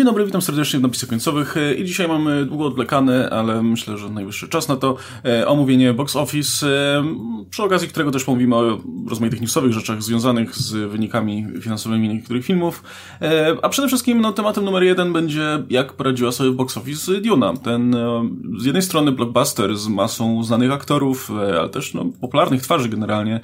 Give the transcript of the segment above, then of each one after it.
Dzień dobry, witam serdecznie w napisach końcowych i dzisiaj mamy długo odwlekane, ale myślę, że najwyższy czas na to omówienie Box Office, przy okazji którego też pomówimy o rozmaitych newsowych rzeczach związanych z wynikami finansowymi niektórych filmów, a przede wszystkim tematem numer 1 będzie jak poradziła sobie w Box Office Duna. Ten z jednej strony blockbuster z masą znanych aktorów, ale też popularnych twarzy generalnie,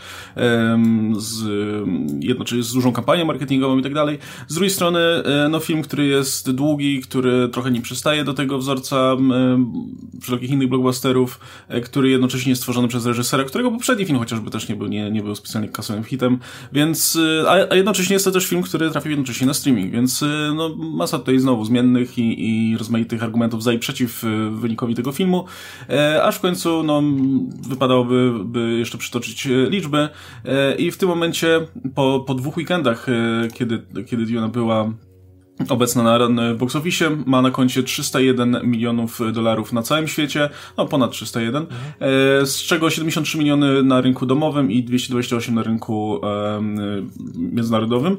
jednocześnie z dużą kampanią marketingową i tak dalej. Z drugiej strony film, który jest długi, który trochę nie przystaje do tego wzorca wszelkich innych blockbusterów, który jednocześnie jest stworzony przez reżysera, którego poprzedni film chociażby też nie był specjalnie kasowym hitem, więc a jednocześnie jest to też film, który trafił jednocześnie na streaming, więc masa tutaj znowu zmiennych i rozmaitych argumentów za i przeciw wynikowi tego filmu, aż w końcu wypadałoby jeszcze przytoczyć liczby i w tym momencie po 2 weekendach, kiedy Duna była obecna na box office, ma na koncie $301 milionów na całym świecie, ponad 301, z czego 73 miliony na rynku domowym i 228 na rynku międzynarodowym.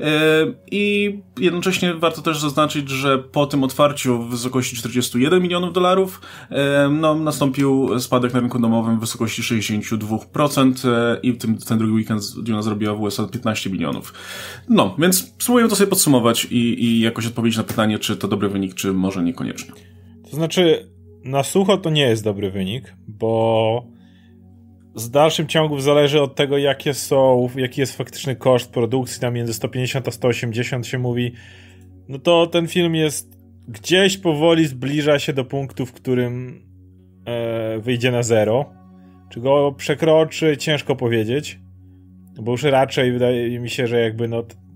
I jednocześnie warto też zaznaczyć, że po tym otwarciu w wysokości $41 milionów nastąpił spadek na rynku domowym w wysokości 62% i ten drugi weekend Duna zrobiła w USA 15 milionów. Więc spróbujemy to sobie podsumować i jakoś odpowiedzieć na pytanie, czy to dobry wynik, czy może niekoniecznie. To znaczy, na sucho to nie jest dobry wynik, bo z dalszym ciągu zależy od tego, jaki jest faktyczny koszt produkcji, tam między 150 a 180 się mówi, to ten film jest gdzieś powoli zbliża się do punktu, w którym wyjdzie na zero. Czy go przekroczy, ciężko powiedzieć, bo już raczej wydaje mi się, że jakby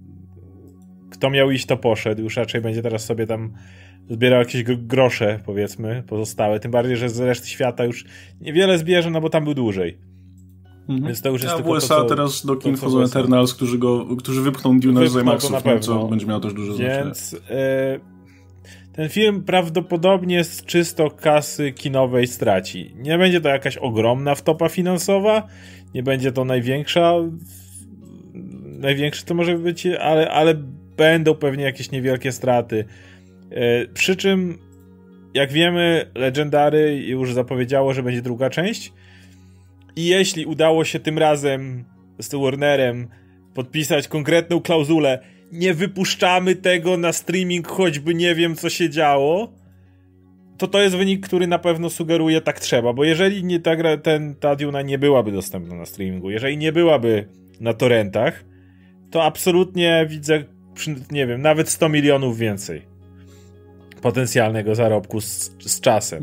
kto miał iść, to poszedł. Już raczej będzie teraz sobie tam zbierał jakieś grosze, powiedzmy, pozostałe. Tym bardziej, że z reszty świata już niewiele zbierze, bo tam był dłużej. Więc to już jest tylko USA teraz do kin wchodzą Eternals, którzy wypchną Dune z IMAX-ów, co będzie miało też duże znaczenie. Więc ten film prawdopodobnie z czysto kasy kinowej straci. Nie będzie to jakaś ogromna wtopa finansowa, nie będzie to największy to może być, ale będą pewnie jakieś niewielkie straty. Przy czym, jak wiemy, Legendary już zapowiedziało, że będzie druga część. I jeśli udało się tym razem z Warnerem podpisać konkretną klauzulę, nie wypuszczamy tego na streaming, choćby nie wiem, co się działo, to jest wynik, który na pewno sugeruje, tak trzeba. Bo jeżeli nie ta Duna nie byłaby dostępna na streamingu, jeżeli nie byłaby na torrentach, to absolutnie widzę, nie wiem, nawet 100 milionów więcej potencjalnego zarobku z czasem.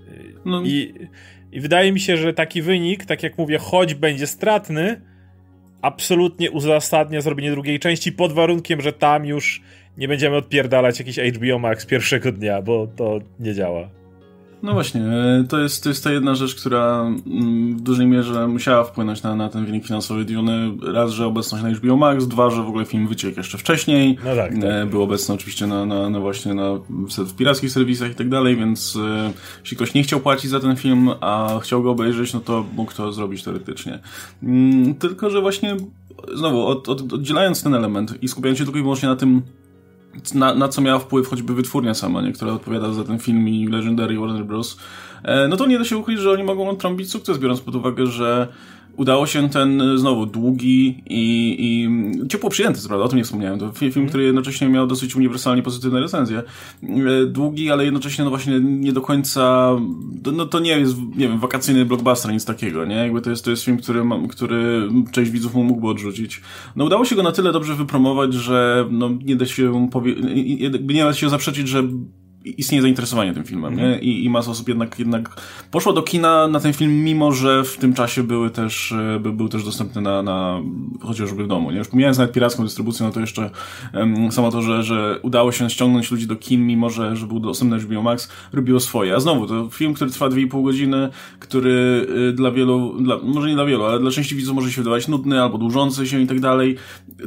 I wydaje mi się, że taki wynik, tak jak mówię, choć będzie stratny, absolutnie uzasadnia zrobienie drugiej części pod warunkiem, że tam już nie będziemy odpierdalać jakiś HBO Max pierwszego dnia, bo to nie działa. No właśnie, to jest ta jedna rzecz, która w dużej mierze musiała wpłynąć na ten wynik finansowy Duny. Raz, że obecność na HBO Max, dwa, że w ogóle film wyciekł jeszcze wcześniej. Tak. Był obecny oczywiście w pirackich serwisach i tak dalej, więc jeśli ktoś nie chciał płacić za ten film, a chciał go obejrzeć, to mógł to zrobić teoretycznie. Tylko, że właśnie znowu, oddzielając ten element i skupiając się tylko i wyłącznie na tym, na co miała wpływ choćby wytwórnia sama, która odpowiada za ten film i Legendary Warner Bros., to nie da się ukryć, że oni mogą trąbić sukces, biorąc pod uwagę, że udało się ten znowu długi i ciepło przyjęty, prawda? O tym nie wspomniałem. To film, który jednocześnie miał dosyć uniwersalnie pozytywne recenzje. Długi, ale jednocześnie właśnie nie do końca, to nie jest, nie wiem, wakacyjny blockbuster, nic takiego, nie? Jakby to jest film, który część widzów mógłby odrzucić. Udało się go na tyle dobrze wypromować, że nie da się zaprzeczyć, że istnieje zainteresowanie tym filmem, nie? I masa osób jednak poszło do kina na ten film, mimo że w tym czasie był też dostępny na chociażby w domu, nie? Już pomijając nawet piracką dystrybucję, to jeszcze samo to, że udało się ściągnąć ludzi do kin, mimo że był dostępny na HBO Max, robiło swoje. A znowu, to film, który trwa 2,5 godziny, który dla wielu, może nie dla wielu, ale dla części widzów może się wydawać nudny albo dłużący się i tak dalej.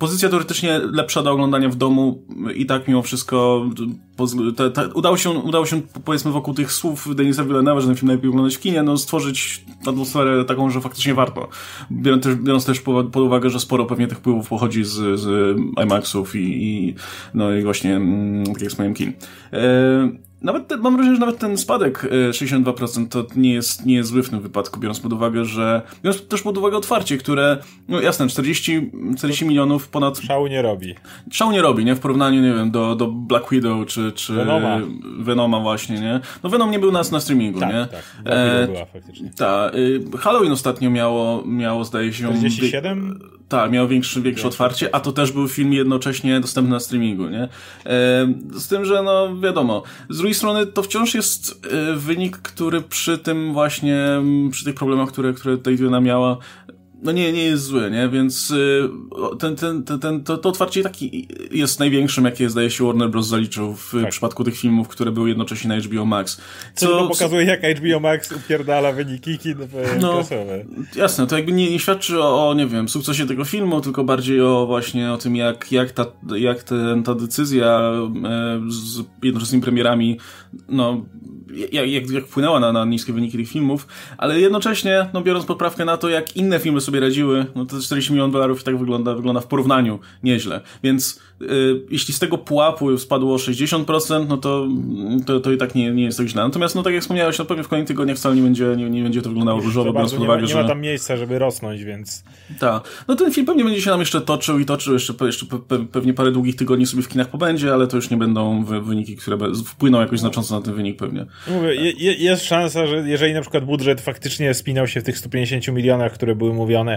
pozycja teoretycznie lepsza do oglądania w domu i tak mimo wszystko udało się powiedzmy wokół tych słów Denisa Villeneuve'a, że ten film lepiej oglądać w kinie, no stworzyć atmosferę taką, że faktycznie warto. Biorąc też pod uwagę, że sporo pewnie tych wpływów pochodzi z IMAX-ów i właśnie, tak jak wspomniałem, kin. Mam wrażenie, że nawet ten spadek 62% to nie jest zły w tym wypadku, biorąc też pod uwagę otwarcie, które, no jasne, 40 milionów ponad... Szału nie robi. Szału nie robi, nie? W porównaniu, nie wiem, do Black Widow czy Venoma właśnie, nie? No Venom nie był na streamingu, tak, nie? Tak, Black Widow była faktycznie. Tak. Halloween ostatnio miało zdaje się... 47? Tak, miał większe otwarcie, a to też był film jednocześnie dostępny na streamingu, nie? Z tym, że no wiadomo, z drugiej strony to wciąż jest wynik, który przy tym właśnie, przy tych problemach, które tej Duna miała, no nie jest zły, nie? Więc to otwarcie taki jest największym, jakie zdaje się Warner Bros. Zaliczył w przypadku tych filmów, które były jednocześnie na HBO Max. Co pokazuje, jak HBO Max upierdala wyniki klasowe. Jasne, to jakby nie świadczy o, nie wiem, sukcesie tego filmu, tylko bardziej o tym, jak ta decyzja z jednoczesnymi premierami, no, jak wpłynęła na niskie wyniki tych filmów, ale jednocześnie, no, biorąc poprawkę na to, jak inne filmy sobie radziły, no to $40 milionów i tak wygląda w porównaniu nieźle. Więc jeśli z tego pułapu spadło 60%, no to i tak nie jest tak źle. Natomiast, no tak jak wspomniałeś, no pewnie w kolejnych tygodniach wcale nie będzie to wyglądało różowo, biorąc pod uwagę, że... Nie ma tam miejsca, żeby rosnąć, więc... Tak. No ten film pewnie będzie się nam jeszcze toczył, jeszcze pewnie parę długich tygodni sobie w kinach pobędzie, ale to już nie będą wyniki, które wpłyną jakoś znacząco na ten wynik pewnie. Mówię, jest szansa, że jeżeli na przykład budżet faktycznie spinał się w tych 150 milionach, które były mówione,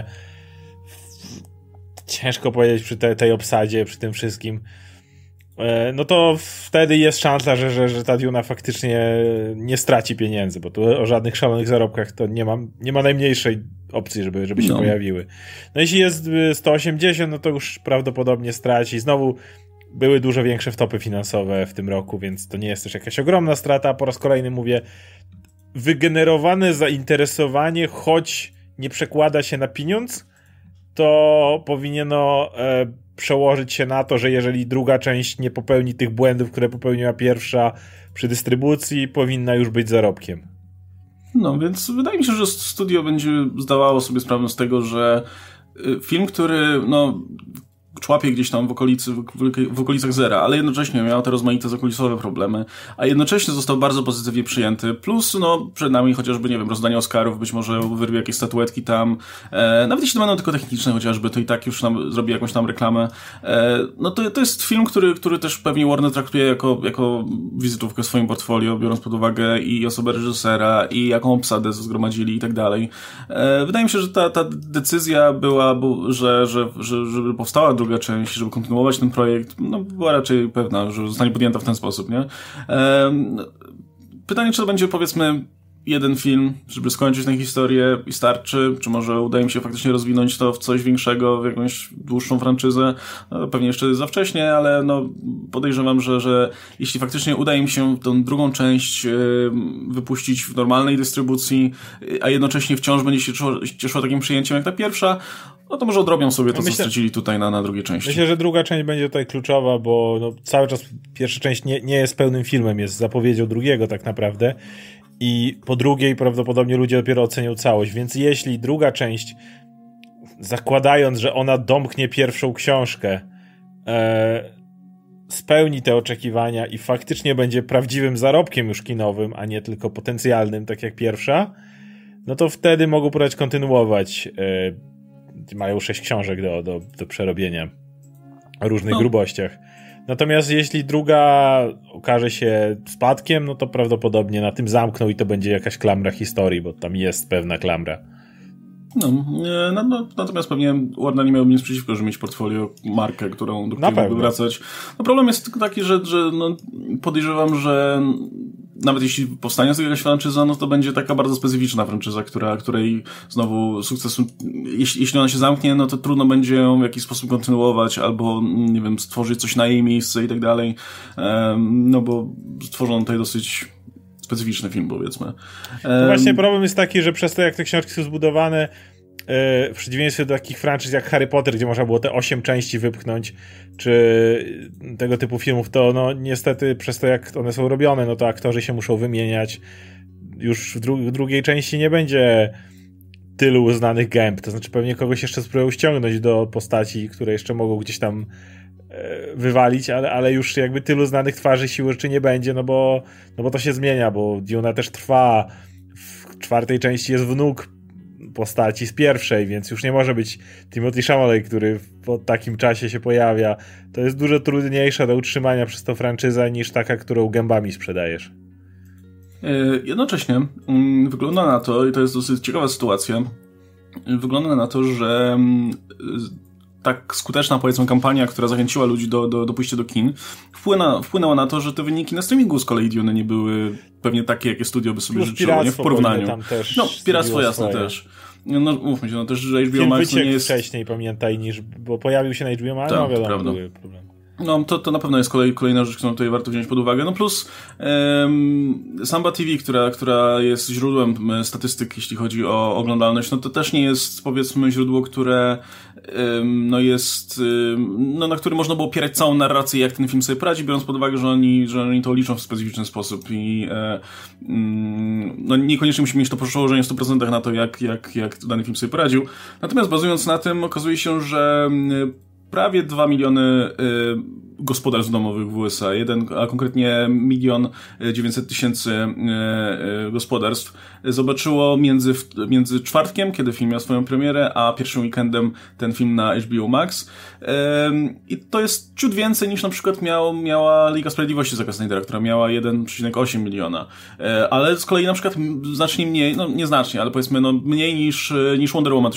ciężko powiedzieć przy tej obsadzie, przy tym wszystkim, no to wtedy jest szansa, że ta Duna faktycznie nie straci pieniędzy, bo tu o żadnych szalonych zarobkach to nie ma najmniejszej opcji, żeby się pojawiły. No jeśli jest 180, no to już prawdopodobnie straci. Znowu były dużo większe wtopy finansowe w tym roku, więc to nie jest też jakaś ogromna strata. Po raz kolejny mówię, wygenerowane zainteresowanie, choć nie przekłada się na pieniądz, to powinno przełożyć się na to, że jeżeli druga część nie popełni tych błędów, które popełniła pierwsza przy dystrybucji, powinna już być zarobkiem. No, więc wydaje mi się, że studio będzie zdawało sobie sprawę z tego, że film, który człapie gdzieś tam w okolicach zera, ale jednocześnie miał te rozmaite zakulisowe problemy, a jednocześnie został bardzo pozytywnie przyjęty, plus przed nami chociażby, nie wiem, rozdanie Oscarów, być może wyrwie jakieś statuetki tam, nawet jeśli to będą tylko techniczne chociażby, to i tak już nam zrobi jakąś tam reklamę. No to jest film, który też pewnie Warner traktuje jako wizytówkę w swoim portfolio, biorąc pod uwagę i osobę reżysera, i jaką obsadę zgromadzili i tak dalej. Wydaje mi się, że ta decyzja była, żeby powstała druga część, żeby kontynuować ten projekt, była raczej pewna, że zostanie podjęta w ten sposób, nie? Pytanie, czy to będzie, powiedzmy, jeden film, żeby skończyć tę historię i starczy, czy może uda im się faktycznie rozwinąć to w coś większego, w jakąś dłuższą franczyzę. Pewnie jeszcze za wcześnie, ale podejrzewam, że jeśli faktycznie uda im się tą drugą część wypuścić w normalnej dystrybucji, a jednocześnie wciąż będzie się cieszyła takim przyjęciem jak ta pierwsza, no to może odrobią sobie to, co stracili tutaj na drugiej części. Myślę, że druga część będzie tutaj kluczowa, bo cały czas pierwsza część nie jest pełnym filmem, jest zapowiedzią drugiego tak naprawdę. I po drugiej prawdopodobnie ludzie dopiero ocenią całość, więc jeśli druga część, zakładając, że ona domknie pierwszą książkę, spełni te oczekiwania i faktycznie będzie prawdziwym zarobkiem już kinowym, a nie tylko potencjalnym, tak jak pierwsza, no to wtedy mogą próbować kontynuować. Mają 6 książek do przerobienia o różnych grubościach. Natomiast jeśli druga okaże się spadkiem, no to prawdopodobnie na tym zamkną i to będzie jakaś klamra historii, bo tam jest pewna klamra. Natomiast pewnie Warner nie miałby nic przeciwko, żeby mieć portfolio, markę, do której mógłby wracać. Problem jest tylko taki, że podejrzewam, że nawet jeśli powstanie z tego jakaś franczyza, no to będzie taka bardzo specyficzna franczyza, której znowu sukces, jeśli ona się zamknie, no to trudno będzie ją w jakiś sposób kontynuować, albo, nie wiem, stworzyć coś na jej miejsce i tak dalej, bo stworzono tutaj dosyć specyficzny film, powiedzmy. No właśnie problem jest taki, że przez to, jak te książki są zbudowane, w przeciwieństwie do takich franczyz jak Harry Potter, gdzie można było te 8 części wypchnąć, czy tego typu filmów, to no niestety przez to, jak one są robione, no to aktorzy się muszą wymieniać. Już w drugiej części nie będzie tylu uznanych gęb, to znaczy pewnie kogoś jeszcze spróbują ściągnąć do postaci, które jeszcze mogą gdzieś tam wywalić, ale już jakby tylu znanych twarzy siły rzeczy nie będzie, no bo to się zmienia, bo Duna też trwa. W 4. części jest wnuk postaci z pierwszej, więc już nie może być Timothée Chalamet, który po takim czasie się pojawia. To jest dużo trudniejsze do utrzymania przez to franczyza niż taka, którą gębami sprzedajesz. Jednocześnie wygląda na to, i to jest dosyć ciekawa sytuacja, wygląda na to, że tak skuteczna, powiedzmy, kampania, która zachęciła ludzi do pójścia do kin, wpłynęła na to, że te wyniki na streamingu z kolei Dune nie były pewnie takie, jakie studio by sobie życzyło, nie w porównaniu. Tam też no, piractwo jasne też. No, mówmy się, no też, że HBO Max nie jest... wcześniej, pamiętaj, bo pojawił się na HBO Max, no wiadomo, były problemy. No, to na pewno jest kolejna rzecz, którą tutaj warto wziąć pod uwagę. No plus Samba TV, która jest źródłem statystyk, jeśli chodzi o oglądalność, no to też nie jest, powiedzmy, źródło, które no jest, no na którym można było opierać całą narrację, jak ten film sobie poradzi, biorąc pod uwagę, że oni to liczą w specyficzny sposób i no niekoniecznie musimy mieć to przełożenie w 100% na to, jak dany film sobie poradził. Natomiast bazując na tym, okazuje się, że prawie 2 miliony gospodarstw domowych w USA, a konkretnie 1 900 000 gospodarstw zobaczyło między czwartkiem, kiedy film miał swoją premierę, a pierwszym weekendem ten film na HBO Max. I to jest ciut więcej niż na przykład miała Liga Sprawiedliwości Zaka Snydera, która miała 1,8 miliona. Ale z kolei na przykład znacznie mniej, no nieznacznie, ale powiedzmy no mniej niż Wonder Woman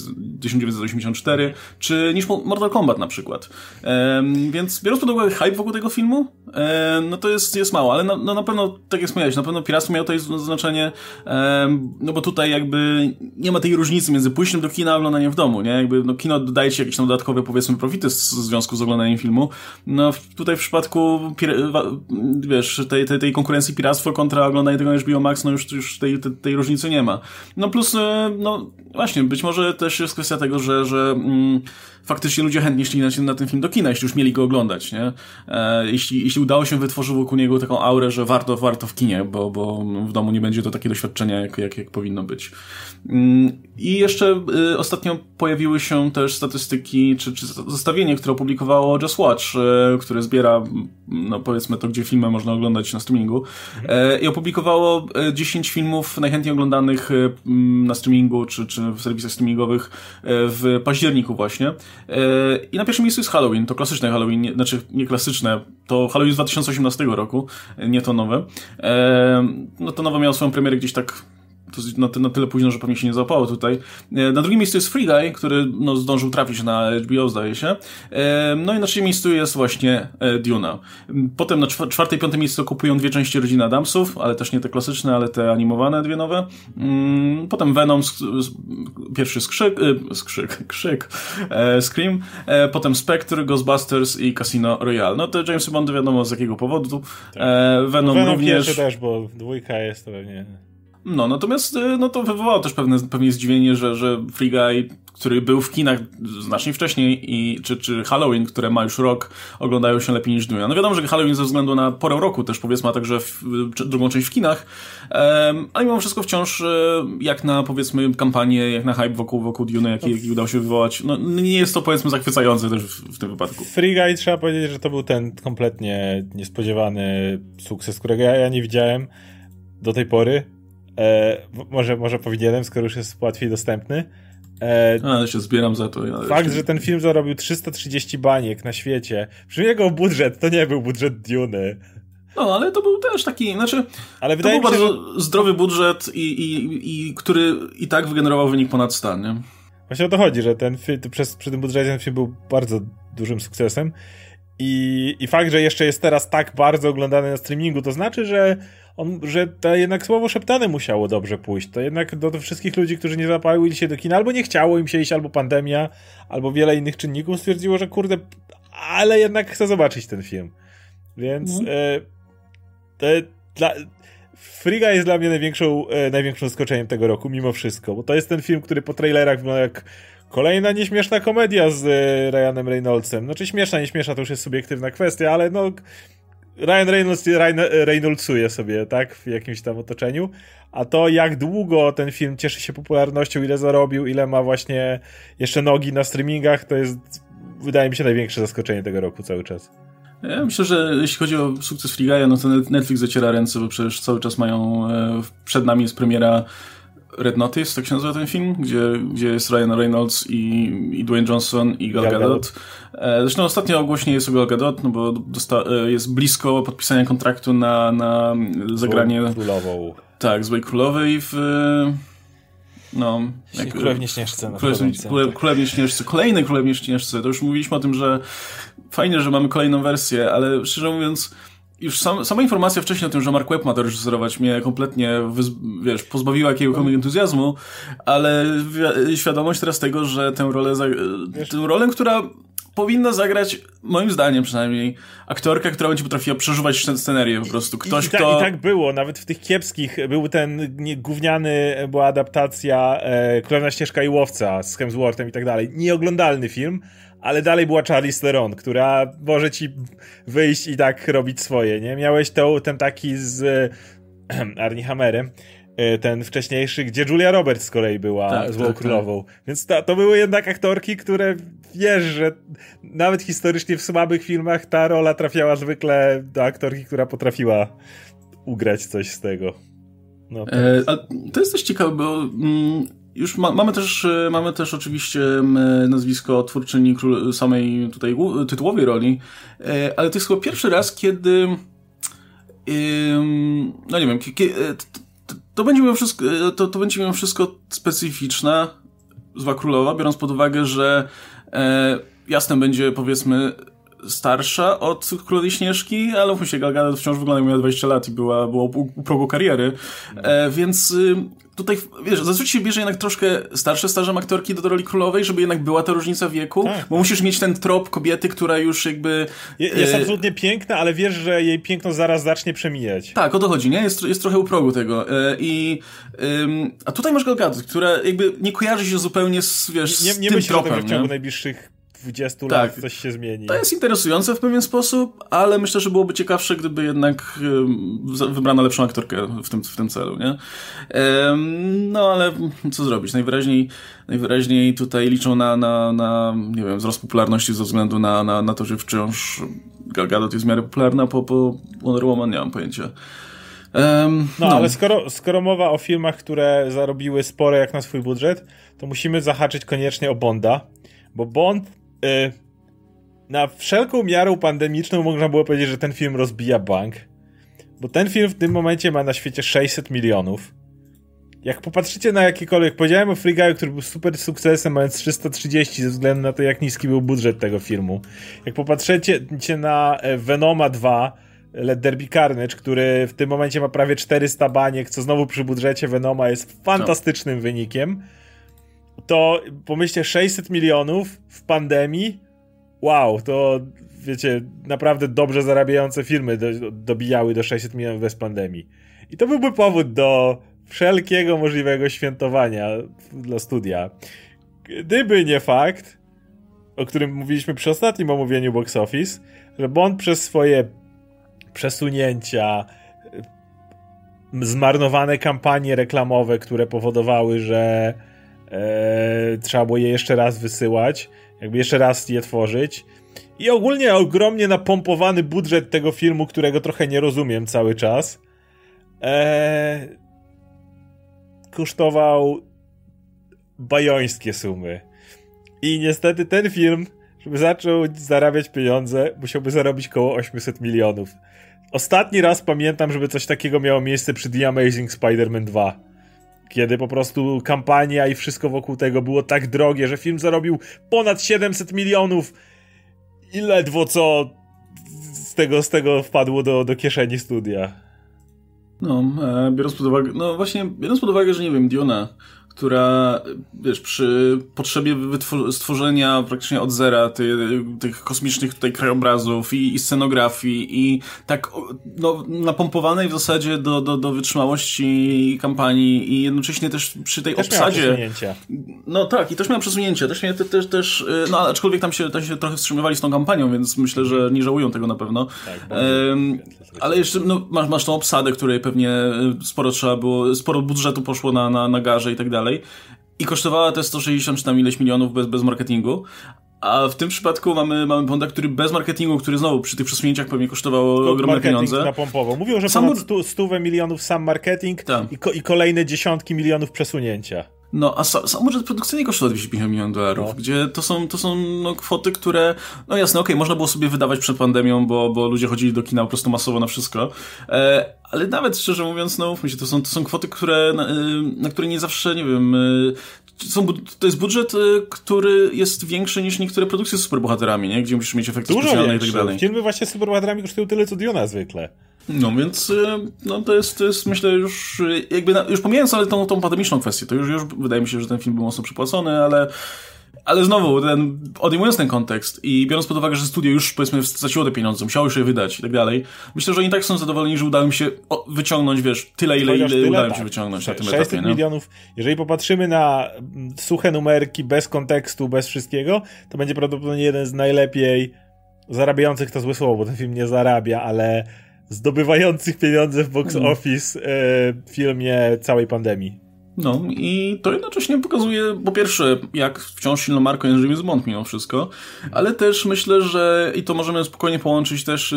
1984, czy niż Mortal Kombat na przykład. Więc biorąc pod uwagę hype wokół tego filmu, no to jest mało, ale na pewno, tak jak wspomniałeś, na pewno piractwo miało tutaj znaczenie, no bo tutaj jakby nie ma tej różnicy między pójściem do kina a oglądaniem w domu, nie? Jakby no kino dodaje ci jakieś tam dodatkowe, powiedzmy, profity w związku z oglądaniem filmu. No tutaj w przypadku wiesz, tej konkurencji piractwo kontra oglądanie tego na HBO Max, no już tej różnicy nie ma. No plus, no właśnie, być może też jest kwestia tego, że faktycznie ludzie chętnie szli na ten film do kina, jeśli już mieli go oglądać, nie? Jeśli udało się wytworzyć wokół niego taką aurę, że warto w kinie, bo w domu nie będzie to takie doświadczenie, jak powinno być. I jeszcze ostatnio pojawiły się też statystyki, czy zestawienie, które opublikowało Just Watch, które zbiera, no powiedzmy to, gdzie filmy można oglądać na streamingu, i opublikowało 10 filmów najchętniej oglądanych na streamingu, czy w serwisach streamingowych w październiku właśnie. I na pierwszym miejscu jest Halloween, to klasyczne Halloween, znaczy nie klasyczne, to Halloween z 2018 roku, nie to nowe. No to nowe miało swoją premierę gdzieś tak na tyle późno, że pewnie się nie załapało tutaj. Na drugim miejscu jest Free Guy, który no, zdążył trafić na HBO, zdaje się. No i na trzecim miejscu jest właśnie Duna. Potem na czwarte i piąte miejsce okupują 2 części Rodziny Adamsów, ale też nie te klasyczne, ale te animowane, 2 nowe. Potem Venom, pierwszy Krzyk, Scream. Potem Spectre, Ghostbusters i Casino Royale. No to James Bond wiadomo z jakiego powodu. Tak. Venom również. Pierwszy też, bo 2 jest to pewnie... No, natomiast no to wywołało też pewnie zdziwienie, że Free Guy, który był w kinach znacznie wcześniej, czy Halloween, które ma już rok, oglądają się lepiej niż Duna. No wiadomo, że Halloween ze względu na porę roku też, powiedzmy, a także drugą część w kinach, ale mimo wszystko wciąż jak na, powiedzmy, kampanię, jak na hype wokół Duna, jaki udało się wywołać, no nie jest to, powiedzmy, zachwycające też w tym wypadku. Free Guy, trzeba powiedzieć, że to był ten kompletnie niespodziewany sukces, którego ja nie widziałem do tej pory. Może powinienem, skoro już jest łatwiej dostępny. Ale się zbieram za to. Fakt, że ten film zarobił 330 baniek na świecie. Przy jego budżet to nie był budżet Duny. No, ale to był też taki, znaczy, ale to był bardzo zdrowy budżet i który i tak wygenerował wynik ponad 100, nie? Właśnie o to chodzi, że ten film, przy tym budżecie ten film był bardzo dużym sukcesem i fakt, że jeszcze jest teraz tak bardzo oglądany na streamingu, to znaczy, że to jednak słowo szeptane musiało dobrze pójść. To jednak do wszystkich ludzi, którzy nie zapaliły się do kina, albo nie chciało im się iść, albo pandemia, albo wiele innych czynników stwierdziło, że kurde, ale jednak chcę zobaczyć ten film. Więc Free Guy jest dla mnie największym zaskoczeniem tego roku, mimo wszystko, bo to jest ten film, który po trailerach wygląda jak kolejna nieśmieszna komedia z Ryanem Reynoldsem. Znaczy śmieszna, nie śmieszna, to już jest subiektywna kwestia, ale no Ryan Reynoldsuje sobie, tak, w jakimś tam otoczeniu, a to jak długo ten film cieszy się popularnością, ile zarobił, ile ma właśnie jeszcze nogi na streamingach, to jest, wydaje mi się, największe zaskoczenie tego roku cały czas. Ja myślę, że jeśli chodzi o sukces Free Guy'a, no to Netflix zaciera ręce, bo przecież cały czas mają, przed nami jest premiera Red Notice, tak się nazywa ten film, gdzie jest Ryan Reynolds i Dwayne Johnson i Gal Gadot. Zresztą ostatnio głośniej jest o Gal Gadot, no bo jest blisko podpisania kontraktu na zagranie... Złą królową. Tak, Złej Królowej w... No, Królewnie Śnieżce. Królewnie Śnieżce. Kolejnej Królewnie Śnieżce. To już mówiliśmy o tym, że fajnie, że mamy kolejną wersję, ale szczerze mówiąc, już sama informacja wcześniej o tym, że Mark Webb ma to reżyserować, mnie kompletnie, pozbawiła jakiegokolwiek entuzjazmu, ale świadomość teraz tego, że tę rolę, która powinna zagrać, moim zdaniem przynajmniej, aktorka, która będzie potrafiła przeżuwać scenerię po prostu. Ktoś, kto... I tak było, nawet w tych kiepskich, był ten gówniany, była adaptacja Królewna Ścieżka i Łowca z Hemsworthem i tak dalej. Nieoglądalny film, ale dalej była Charlize Theron, która może ci wyjść i tak robić swoje, nie? Miałeś ten taki z Armie Hammerem, ten wcześniejszy, gdzie Julia Roberts z kolei była Złą Królową. Więc to były jednak aktorki, które wiesz, że nawet historycznie w słabych filmach ta rola trafiała zwykle do aktorki, która potrafiła ugrać coś z tego. No, to jest też ciekawe, bo już mamy też oczywiście nazwisko twórczyni samej tutaj tytułowej roli, ale to jest chyba pierwszy raz, kiedy no nie wiem, to będzie mimo wszystko specyficzna Zła Królowa, biorąc pod uwagę, że jasne będzie, powiedzmy, starsza od Królowej Śnieżki, ale mówmy się, Gal Gadot wciąż wygląda, jak miała 20 lat i była u progu kariery, więc tutaj, wiesz, zazwyczaj się bierze jednak troszkę starzem aktorki do roli królowej, żeby jednak była ta różnica wieku, bo musisz mieć ten trop kobiety, która już jakby... Jest absolutnie piękna, ale wiesz, że jej piękno zaraz zacznie przemijać. Tak, o to chodzi, nie? Jest trochę u progu tego. A tutaj masz Gal Gadot, która jakby nie kojarzy się zupełnie z, wiesz, z nie tym myślę, tropem, że w ciągu najbliższych 20 lat coś się zmieni. To jest interesujące w pewien sposób, ale myślę, że byłoby ciekawsze, gdyby jednak wybrano lepszą aktorkę w tym celu, nie? No ale co zrobić? Najwyraźniej tutaj liczą na nie wiem, wzrost popularności ze względu na to, że wciąż Gal Gadot jest w miarę popularna, po Wonder Woman nie mam pojęcia. Ale skoro mowa o filmach, które zarobiły spore jak na swój budżet, to musimy zahaczyć koniecznie o Bonda, bo Bond na wszelką miarę pandemiczną można było powiedzieć, że ten film rozbija bank, bo ten film w tym momencie ma na świecie 600 milionów. Jak popatrzycie na jakiekolwiek, powiedziałem o Free Guy'u, który był super sukcesem, mając 330 ze względu na to, jak niski był budżet tego filmu. Jak popatrzycie na Venoma 2, Let There Be Carnage, który w tym momencie ma prawie 400 baniek, co znowu przy budżecie Venoma jest fantastycznym wynikiem, to pomyślcie, 600 milionów w pandemii, wow, to wiecie, naprawdę dobrze zarabiające filmy dobijały do 600 milionów bez pandemii. I to byłby powód do wszelkiego możliwego świętowania dla studia. Gdyby nie fakt, o którym mówiliśmy przy ostatnim omówieniu Box Office, że Bond przez swoje przesunięcia, zmarnowane kampanie reklamowe, które powodowały, że trzeba było je jeszcze raz wysyłać, jakby jeszcze raz je tworzyć, i ogólnie ogromnie napompowany budżet tego filmu, którego trochę nie rozumiem cały czas, kosztował bajońskie sumy. I niestety ten film, żeby zaczął zarabiać pieniądze, musiałby zarobić koło 800 milionów. Ostatni raz pamiętam, żeby coś takiego miało miejsce przy The Amazing Spider-Man 2. Kiedy po prostu kampania i wszystko wokół tego było tak drogie, że film zarobił ponad 700 milionów i ledwo co z tego wpadło do kieszeni studia. Biorąc pod uwagę, że nie wiem, Duna, która, wiesz, przy potrzebie stworzenia praktycznie od zera tych kosmicznych tutaj krajobrazów i scenografii i tak no, napompowanej w zasadzie do wytrzymałości kampanii i jednocześnie też przy tej obsadzie. No tak, i też miała przesunięcia. Też, no aczkolwiek tam się trochę wstrzymywali z tą kampanią, więc myślę, że nie żałują tego na pewno. Tak, ale jeszcze no, masz tą obsadę, której pewnie sporo budżetu poszło na garze i tak dalej. I kosztowała te 160 czy tam ileś milionów bez marketingu. A w tym przypadku mamy Bonda, który bez marketingu, który znowu przy tych przesunięciach pewnie kosztował ogromne pieniądze. Napompował. Mówią, że ponad 100 milionów sam marketing i kolejne dziesiątki milionów przesunięcia. No, a sam budżet produkcyjny kosztował 250 milionów dolarów, gdzie to są no, kwoty, które, no jasne, okej, można było sobie wydawać przed pandemią, bo ludzie chodzili do kina po prostu masowo na wszystko, ale nawet szczerze mówiąc, no mówmy się, to są kwoty, na które nie zawsze, nie wiem, to jest budżet, który jest większy niż niektóre produkcje z superbohaterami, nie? Gdzie musisz mieć efekty specjalne i tak dalej. Filmy właśnie z superbohaterami kosztują tyle, co Duna zwykle. No więc no to jest myślę już jakby już pomijając ale tą pandemiczną kwestię, to już wydaje mi się, że ten film był mocno przypłacony, ale znowu odejmując ten kontekst i biorąc pod uwagę, że studio już powiedzmy straciło te pieniądze, musiało już je wydać i tak dalej, myślę, że oni tak są zadowoleni, że udało im się wyciągnąć, wiesz, tyle udało im się wyciągnąć na tym etapie. 600 milionów, jeżeli popatrzymy na suche numerki, bez kontekstu, bez wszystkiego, to będzie prawdopodobnie jeden z najlepiej zarabiających, to złe słowo, bo ten film nie zarabia, ale zdobywających pieniądze w box office filmie całej pandemii. No i to jednocześnie pokazuje, po pierwsze, jak wciąż silną marką jest James Bond mimo wszystko, ale też myślę, że i to możemy spokojnie połączyć też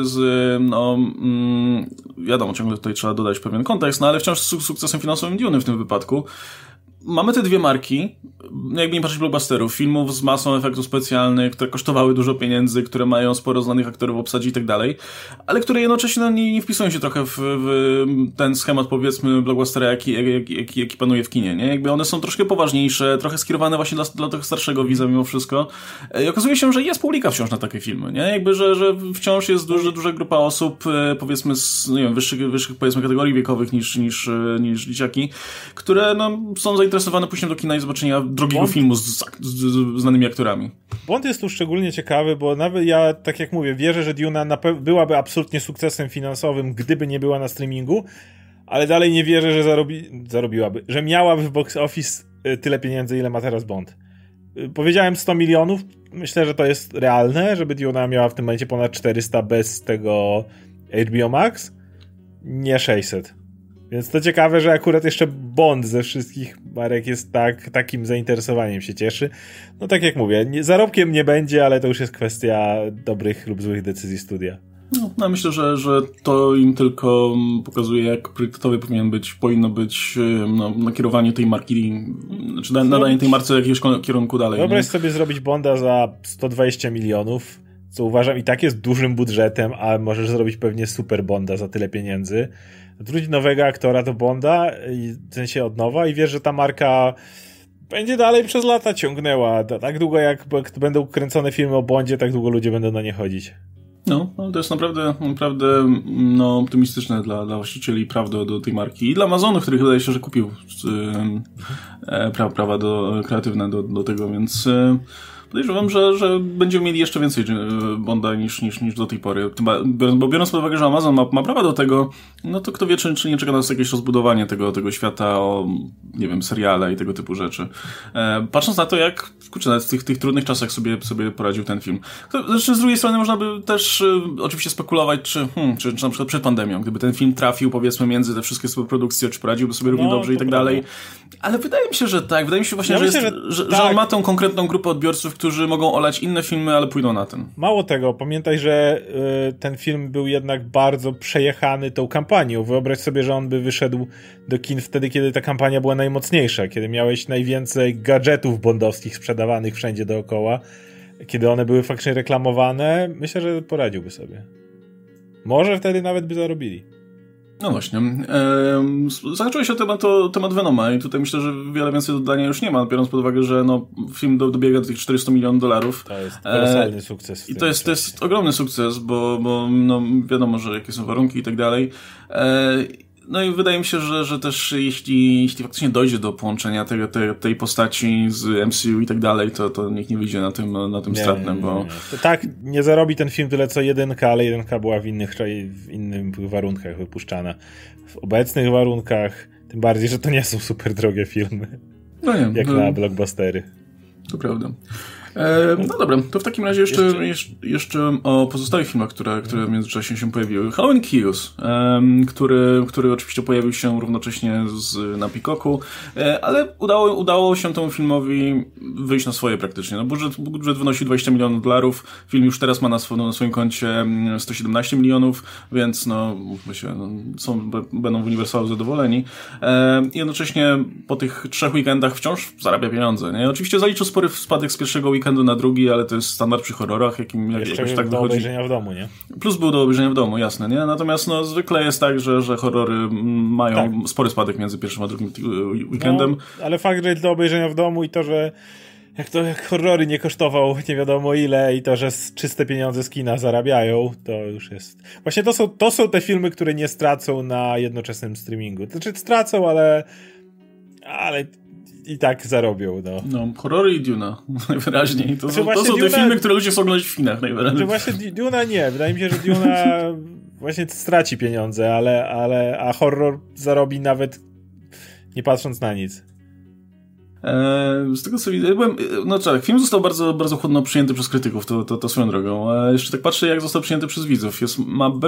wiadomo, ciągle tutaj trzeba dodać pewien kontekst, no ale wciąż z sukcesem finansowym Duny w tym wypadku. Mamy te dwie marki, jakby nie patrzeć blockbusterów, filmów z masą efektów specjalnych, które kosztowały dużo pieniędzy, które mają sporo znanych aktorów w obsadzie i tak dalej, ale które jednocześnie no, nie wpisują się trochę w ten schemat, powiedzmy, blockbustera, jaki panuje w kinie, nie? Jakby one są troszkę poważniejsze, trochę skierowane właśnie dla tego starszego widza mimo wszystko. I okazuje się, że jest publika wciąż na takie filmy, nie? Jakby, że wciąż jest duża grupa osób, powiedzmy z, nie wiem, wyższych powiedzmy kategorii wiekowych niż dzieciaki, które no, są zainteresowane pójściem do kina i zobaczenia drogiego filmu z znanymi aktorami. Bond jest tu szczególnie ciekawy, bo nawet ja, tak jak mówię, wierzę, że Duna byłaby absolutnie sukcesem finansowym, gdyby nie była na streamingu, ale dalej nie wierzę, że zarobiłaby, że miałaby w box office tyle pieniędzy, ile ma teraz Bond. Powiedziałem 100 milionów, myślę, że to jest realne, żeby Duna miała w tym momencie ponad 400 bez tego HBO Max, nie 600. Więc to ciekawe, że akurat jeszcze Bond ze wszystkich marek jest takim zainteresowaniem się cieszy. No tak jak mówię, zarobkiem nie będzie, ale to już jest kwestia dobrych lub złych decyzji studia. No myślę, że to im tylko pokazuje, jak priorytetowe powinno być nakierowanie tej marki, znaczy nadanie tej marce jakiegoś kierunku dalej. Wyobraź sobie zrobić Bonda za 120 milionów, co uważam i tak jest dużym budżetem, a możesz zrobić pewnie super Bonda za tyle pieniędzy. Wrócić nowego aktora do Bonda, w sensie od nowa i wiesz, że ta marka będzie dalej przez lata ciągnęła. Tak długo jak będą kręcone filmy o Bondzie, tak długo ludzie będą na nie chodzić. No, to jest naprawdę optymistyczne dla właścicieli praw do tej marki i dla Amazonu, który wydaje się, że kupił prawa kreatywne do tego, więc podejrzewam, że będziemy mieli jeszcze więcej Bonda niż do tej pory. Bo biorąc pod uwagę, że Amazon ma prawa do tego, no to kto wie, czy nie czeka nas jakieś rozbudowanie tego świata o, nie wiem, seriale i tego typu rzeczy. Patrząc na to, jak nawet w tych trudnych czasach sobie poradził ten film. Zresztą z drugiej strony można by też oczywiście spekulować, czy na przykład przed pandemią, gdyby ten film trafił, powiedzmy, między te wszystkie produkcje, czy poradziłby sobie równie dobrze i tak dalej. Ale wydaje mi się, że tak. Wydaje mi się właśnie, że on ma tą konkretną grupę odbiorców, którzy mogą olać inne filmy, ale pójdą na ten. Mało tego, pamiętaj, że ten film był jednak bardzo przejechany tą kampanią. Wyobraź sobie, że on by wyszedł do kin wtedy, kiedy ta kampania była najmocniejsza, kiedy miałeś najwięcej gadżetów bondowskich sprzedawanych wszędzie dookoła, kiedy one były faktycznie reklamowane. Myślę, że poradziłby sobie. Może wtedy nawet by zarobili. No właśnie. Zahaczyłeś o temat Venoma i tutaj myślę, że wiele więcej dodania już nie ma, biorąc pod uwagę, że film dobiega do tych 400 milionów dolarów. To jest kolosalny sukces. I to jest ogromny sukces, bo no, wiadomo, że jakie są warunki i tak dalej. No i wydaje mi się, że też jeśli faktycznie dojdzie do połączenia tej postaci z MCU i tak dalej, to niech nie wyjdzie na tym stratnym, bo... Nie. To tak, nie zarobi ten film tyle co 1, ale 1 była w innych warunkach wypuszczana. W obecnych warunkach, tym bardziej, że to nie są super drogie filmy. No nie, jak na blockbustery. To prawda. No dobra, to w takim razie jeszcze o pozostałych filmach, które w międzyczasie się pojawiły. Halloween Kills, który oczywiście pojawił się równocześnie na Peacocku, ale udało się temu filmowi wyjść na swoje praktycznie. No, budżet wynosi $20 milionów. Film już teraz ma na swoim koncie 117 milionów, więc no, mówmy się, będą w Universalu zadowoleni. I jednocześnie po tych 3 weekendach wciąż zarabia pieniądze. Nie? Oczywiście zaliczył spory spadek z pierwszego weekendu na drugi, ale to jest standard przy horrorach, jakoś tak do obejrzenia w domu, nie? Plus był do obejrzenia w domu, jasne, nie? Natomiast no, zwykle jest tak, że horrory mają spory spadek między pierwszym a drugim weekendem. No, ale fakt, że jest do obejrzenia w domu i to, że jak horrory nie kosztował nie wiadomo ile i to, że czyste pieniądze z kina zarabiają, to już jest... Właśnie to są te filmy, które nie stracą na jednoczesnym streamingu. Znaczy stracą, ale i tak zarobią, no. No, horrory i Duna, najwyraźniej. To są te filmy, które ludzie chcą oglądać w Chinach, najwyraźniej. Znaczy właśnie Duna nie. Wydaje mi się, że Duna właśnie straci pieniądze, a horror zarobi nawet nie patrząc na nic. Z tego co widzę, no tak, film został bardzo, bardzo chłodno przyjęty przez krytyków, to swoją drogą. Jeszcze tak patrzę, jak został przyjęty przez widzów. Ma B-.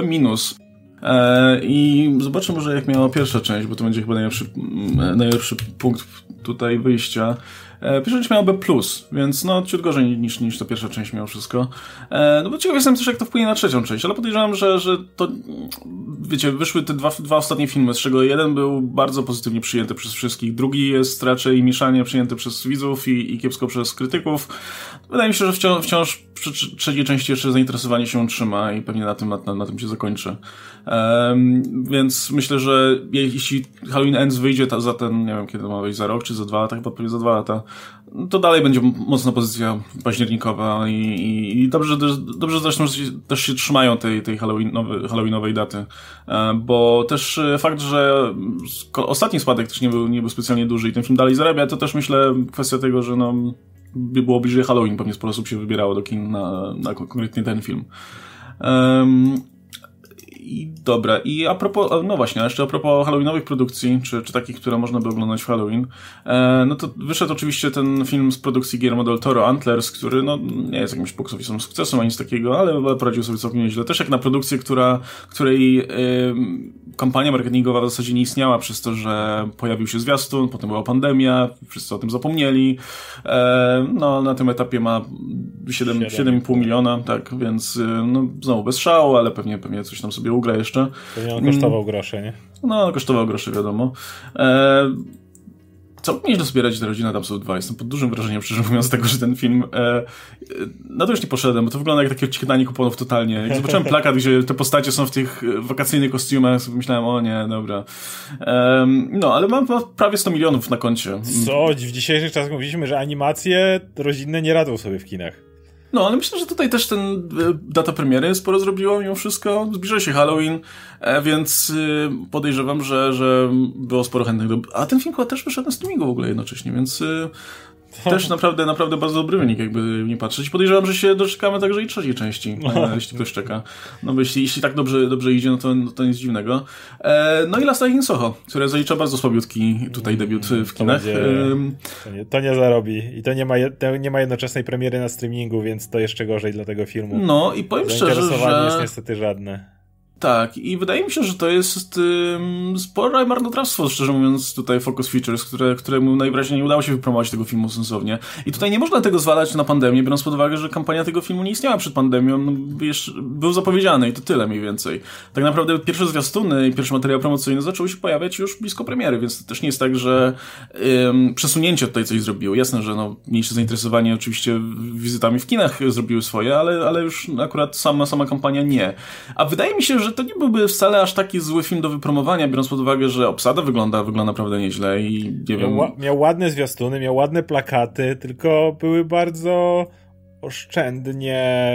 I zobaczmy może, jak miała pierwsza część, bo to będzie chyba najlepszy punkt tutaj wyjścia. Pierwsza część miała B+, więc no ciut gorzej niż ta pierwsza część mimo wszystko. No bo ciekaw jestem też, jak to wpłynie na trzecią część, ale podejrzewam, że to, wiecie, wyszły te dwa ostatnie filmy, z czego jeden był bardzo pozytywnie przyjęty przez wszystkich, drugi jest raczej mieszanie przyjęty przez widzów i kiepsko przez krytyków. Wydaje mi się, że wciąż przy trzeciej części jeszcze zainteresowanie się utrzyma i pewnie na tym się zakończy. Więc myślę, że jeśli Halloween Ends wyjdzie za ten, nie wiem kiedy ma wyjść, za rok czy za 2 lata, chyba pewnie za 2 lata, to dalej będzie mocna pozycja październikowa i dobrze zresztą też się trzymają tej halloweenowej daty, bo też fakt, że ostatni spadek też nie był specjalnie duży i ten film dalej zarabia, to też myślę kwestia tego, że no było bliżej Halloween, pewnie sporo osób się wybierało do kin na konkretnie ten film. I dobra, i a propos, no właśnie, jeszcze a propos halloweenowych produkcji, czy takich, które można by oglądać w Halloween, no to wyszedł oczywiście ten film z produkcji Guillermo del Toro, Antlers, który no nie jest jakimś box office'owym sukcesem, ani nic takiego, ale poradził sobie całkiem nieźle. Też jak na produkcję, której kampania marketingowa w zasadzie nie istniała przez to, że pojawił się zwiastun, potem była pandemia, wszyscy o tym zapomnieli, no na tym etapie ma 7,5 miliona, tak, więc no znowu bez szału, ale pewnie coś tam sobie ugra jeszcze. Pewnie on kosztował grosze, nie? No, kosztował grosze, wiadomo. Całkiem nieźle sobie radzi ta rodzina Adamsów 2. Jestem pod dużym wrażeniem, szczerze mówiąc, tego, że ten film... na to już nie poszedłem, bo to wygląda jak takie odcinanie kuponów totalnie. Jak zobaczyłem plakat, gdzie te postacie są w tych wakacyjnych kostiumach, sobie myślałem, o nie, dobra. No, ale ma prawie 100 milionów na koncie. Co? W dzisiejszych czasach mówiliśmy, że animacje rodzinne nie radzą sobie w kinach. No, ale myślę, że tutaj też data premiery sporo zrobiła mimo wszystko. Zbliża się Halloween, więc podejrzewam, że było sporo chętnych. A ten film chyba też wyszedł na streamingu w ogóle jednocześnie, więc też naprawdę bardzo dobry wynik, jakby nie patrzeć. Podejrzewam, że się doczekamy także i trzeciej części, jeśli ktoś czeka. No bo jeśli tak dobrze idzie, no to nic dziwnego. No i Last Night in Soho, które zalicza bardzo słabiutki tutaj debiut w kinach. To nie zarobi i to nie ma jednoczesnej premiery na streamingu, więc to jeszcze gorzej dla tego filmu. No i powiem szczerze, że jest niestety żadne. Tak, i wydaje mi się, że to jest spore marnotrawstwo, szczerze mówiąc, tutaj Focus Features, któremu najwyraźniej nie udało się wypromować tego filmu sensownie. I tutaj nie można tego zwalać na pandemię, biorąc pod uwagę, że kampania tego filmu nie istniała przed pandemią, no, był zapowiedziany i to tyle mniej więcej. Tak naprawdę pierwsze zwiastuny i pierwszy materiał promocyjny zaczęły się pojawiać już blisko premiery, więc to też nie jest tak, że przesunięcie tutaj coś zrobiło. Jasne, że no, mniejsze zainteresowanie oczywiście wizytami w kinach zrobiły swoje, ale już akurat sama kampania nie. A wydaje mi się, że to nie byłby wcale aż taki zły film do wypromowania, biorąc pod uwagę, że obsada wygląda naprawdę nieźle i nie wiem... Miał ładne zwiastuny, miał ładne plakaty, tylko były bardzo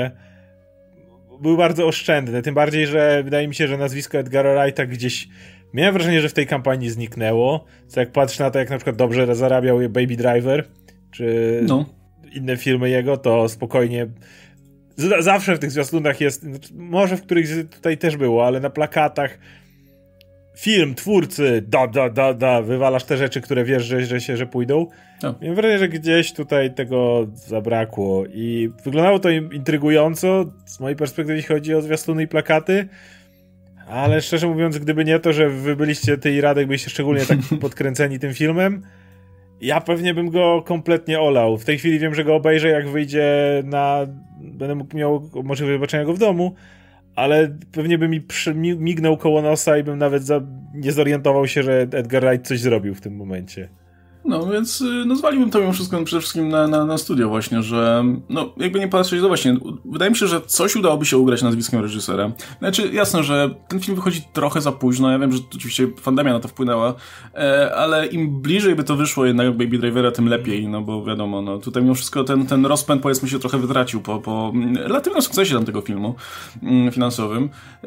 oszczędne, tym bardziej, że wydaje mi się, że nazwisko Edgara Wrighta gdzieś Miałem wrażenie, że w tej kampanii zniknęło, co jak patrzę na to, jak na przykład dobrze zarabiał Baby Driver, czy inne filmy jego, to spokojnie zawsze w tych zwiastunach jest, może w których tutaj też było, ale na plakatach film, twórcy, wywalasz te rzeczy, które wiesz, że pójdą. Miałem wrażenie, że gdzieś tutaj tego zabrakło i wyglądało to intrygująco z mojej perspektywy, jeśli chodzi o zwiastuny i plakaty, ale szczerze mówiąc, gdyby nie to, że wy byliście, ty i Radek byliście szczególnie tak podkręceni tym filmem, ja pewnie bym go kompletnie olał. W tej chwili wiem, że go obejrzę, jak wyjdzie będę miał możliwość zobaczenia go w domu, ale pewnie by mi mignął koło nosa i bym nawet nie zorientował się, że Edgar Wright coś zrobił w tym momencie. No więc zwaliłbym to mimo wszystko przede wszystkim na studio właśnie, że jakby nie patrzeć, właśnie wydaje mi się, że coś udałoby się ugrać nazwiskiem reżysera. Znaczy jasne, że ten film wychodzi trochę za późno, ja wiem, że oczywiście pandemia na to wpłynęła, ale im bliżej by to wyszło jednak Baby Drivera, tym lepiej, bo wiadomo, tutaj mimo wszystko ten rozpęd powiedzmy się trochę wytracił po relatywnym sukcesie tamtego filmu finansowym.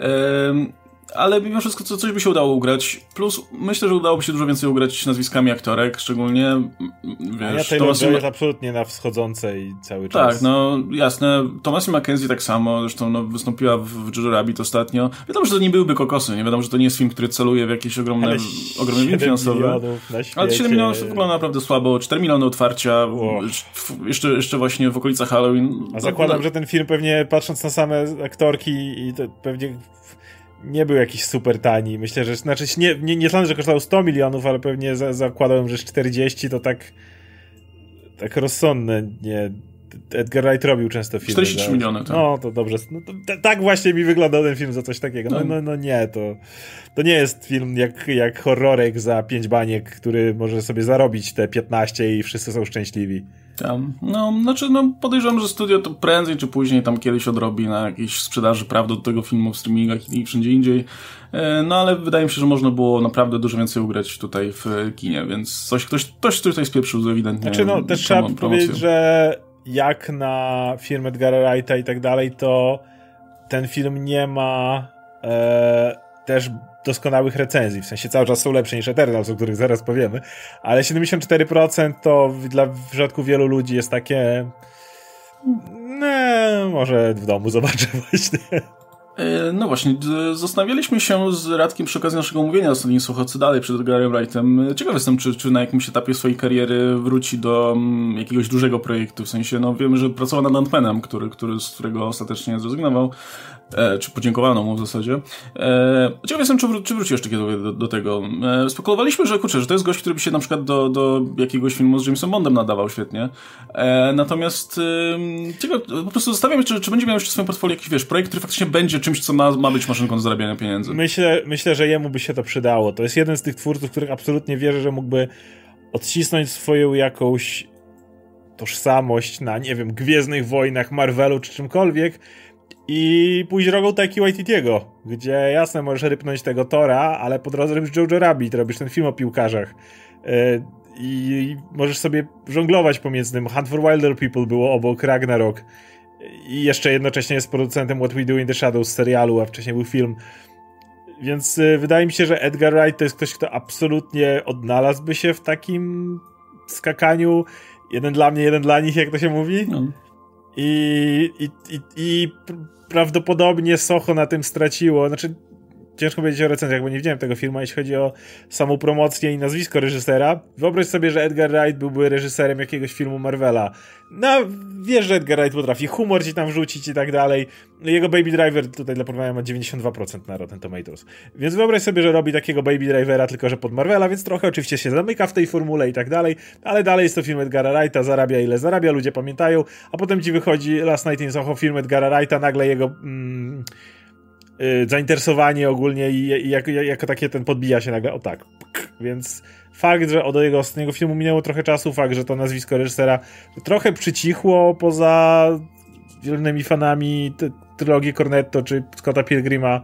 Ale mimo wszystko coś by się udało ugrać. Plus myślę, że udałoby się dużo więcej ugrać nazwiskami aktorek, szczególnie wiesz... Taylor Joy jest absolutnie na wschodzącej cały czas. Tak, jasne. Thomasin McKenzie tak samo, zresztą wystąpiła w Jojo Rabbit ostatnio. Wiadomo, że to nie byłyby kokosy, nie wiadomo, że to nie jest film, który celuje w jakieś ogromne film finansowe. Ale 7 milionów to wygląda naprawdę słabo. 4 miliony otwarcia, jeszcze właśnie w okolicach Halloween. A zakładam, że ten film pewnie, patrząc na same aktorki, i to pewnie nie był jakiś super tani. Myślę, że nie sądzę, że kosztował 100 milionów, ale pewnie zakładałem, że 40 to tak rozsądne. Nie. Edgar Wright robił często filmy. 43 miliony, tak. No, to dobrze. Tak właśnie mi wyglądał ten film za coś takiego. Nie, to nie jest film jak horrorek za 5 baniek, który może sobie zarobić te 15 i wszyscy są szczęśliwi. Podejrzewam, że studio to prędzej czy później tam kiedyś odrobi na jakiejś sprzedaży praw do tego filmu w streamingach i wszędzie indziej. Ale wydaje mi się, że można było naprawdę dużo więcej ugrać tutaj w kinie, więc ktoś tutaj spieprzył ewidentnie. Też trzeba powiedzieć, że jak na film Edgara Wrighta i tak dalej, to ten film nie ma też doskonałych recenzji, w sensie cały czas są lepsze niż Eternals, o których zaraz powiemy, ale 74% to w przypadku wielu ludzi jest takie może w domu zobaczę właśnie. No właśnie, zastanawialiśmy się z Radkiem przy okazji naszego omówienia ostatnich słuchaczy dalej przed Edgarem Wrightem. Ciekaw jestem, czy na jakimś etapie swojej kariery wróci do jakiegoś dużego projektu, w sensie, wiemy, że pracował nad Ant-Manem, z którego ostatecznie zrezygnował, czy podziękowano mu w zasadzie. Ciekaw jestem, czy wróci jeszcze kiedyś do tego. Spekulowaliśmy, że to jest gość, który by się na przykład do jakiegoś filmu z Jamesem Bondem nadawał świetnie. Natomiast po prostu zastanawiam się, czy będzie miał jeszcze w swoim portfolio jakiś, projekt, który faktycznie będzie czymś, co ma być maszynką do zarabiania pieniędzy. Myślę, że jemu by się to przydało. To jest jeden z tych twórców, których absolutnie wierzę, że mógłby odcisnąć swoją jakąś tożsamość na, nie wiem, Gwiezdnych Wojnach, Marvelu czy czymkolwiek i pójść drogą Taiki Waititiego, gdzie jasne, możesz rypnąć tego Tora, ale po drodze robisz Jojo Rabbit, robisz ten film o piłkarzach i możesz sobie żonglować pomiędzy tym. Hunt for Wilder People było obok, Ragnarok i jeszcze jednocześnie jest producentem What We Do in the Shadows serialu, a wcześniej był film. Więc wydaje mi się, że Edgar Wright to jest ktoś, kto absolutnie odnalazłby się w takim skakaniu jeden dla mnie, jeden dla nich, jak to się mówi. I prawdopodobnie Soho na tym straciło. Znaczy, ciężko powiedzieć o recenzjach, bo nie widziałem tego filmu, jeśli chodzi o samą promocję i nazwisko reżysera. Wyobraź sobie, że Edgar Wright byłby reżyserem jakiegoś filmu Marvela. Wiesz, że Edgar Wright potrafi humor ci tam wrzucić i tak dalej. Jego Baby Driver tutaj dla porównania ma 92% na Rotten Tomatoes. Więc wyobraź sobie, że robi takiego Baby Drivera, tylko że pod Marvela, więc trochę oczywiście się zamyka w tej formule i tak dalej, ale dalej jest to film Edgara Wrighta, zarabia ile zarabia, ludzie pamiętają, a potem ci wychodzi Last Night in Soho, film Edgara Wrighta, nagle jego zainteresowanie ogólnie i jako takie ten podbija się nagle, więc fakt, że od jego ostatniego filmu minęło trochę czasu, fakt, że to nazwisko reżysera trochę przycichło poza wieloma fanami trylogii Cornetto czy Scotta Pilgrima,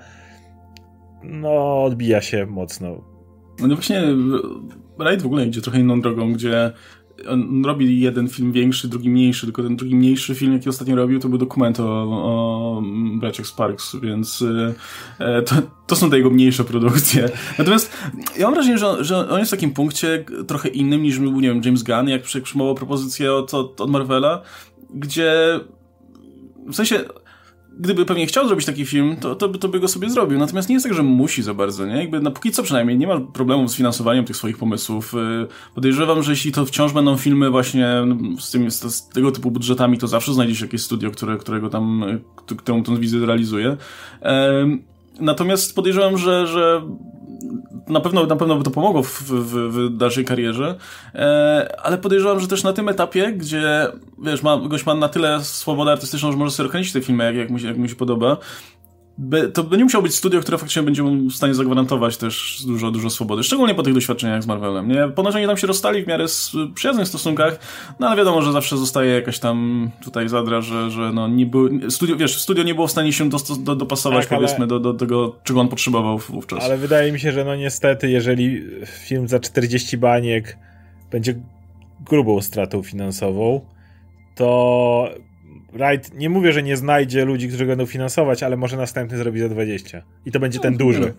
odbija się mocno. No właśnie Wright w ogóle idzie trochę inną drogą, gdzie on robi jeden film większy, drugi mniejszy, tylko ten drugi mniejszy film, jaki ostatnio robił, to był dokument o braciach Sparks, więc to są te jego mniejsze produkcje. Natomiast ja mam wrażenie, że on jest w takim punkcie trochę innym niż był, nie wiem, James Gunn, jak przyjmował propozycję od Marvela, gdzie w sensie gdyby pewnie chciał zrobić taki film, to by go sobie zrobił. Natomiast nie jest tak, że musi za bardzo, nie? Jakby na póki co przynajmniej nie ma problemów z finansowaniem tych swoich pomysłów. Podejrzewam, że jeśli to wciąż będą filmy właśnie z tego typu budżetami, to zawsze znajdzie się jakieś studio, którego tam, którą tą wizję realizuje. Natomiast podejrzewam, że na pewno by to pomogło w dalszej karierze, ale podejrzewam, że też na tym etapie, gdzie wiesz, gość ma na tyle swobodę artystyczną, że może sobie kręcić te filmy, jak mu się podoba, to będzie musiało być studio, które faktycznie będzie mu w stanie zagwarantować też dużo swobody, szczególnie po tych doświadczeniach z Marvelem, nie? Ponoć oni tam się rozstali w miarę przyjaznych stosunkach, no ale wiadomo, że zawsze zostaje jakaś tam tutaj zadra, że no nie było, studio nie było w stanie się dopasować, tak, powiedzmy, do tego, czego on potrzebował wówczas. Ale wydaje mi się, że no niestety, jeżeli film za 40 baniek będzie grubą stratą finansową, to Wright, nie mówię, że nie znajdzie ludzi, którzy będą finansować, ale może następny zrobi za 20. I to będzie ten duży.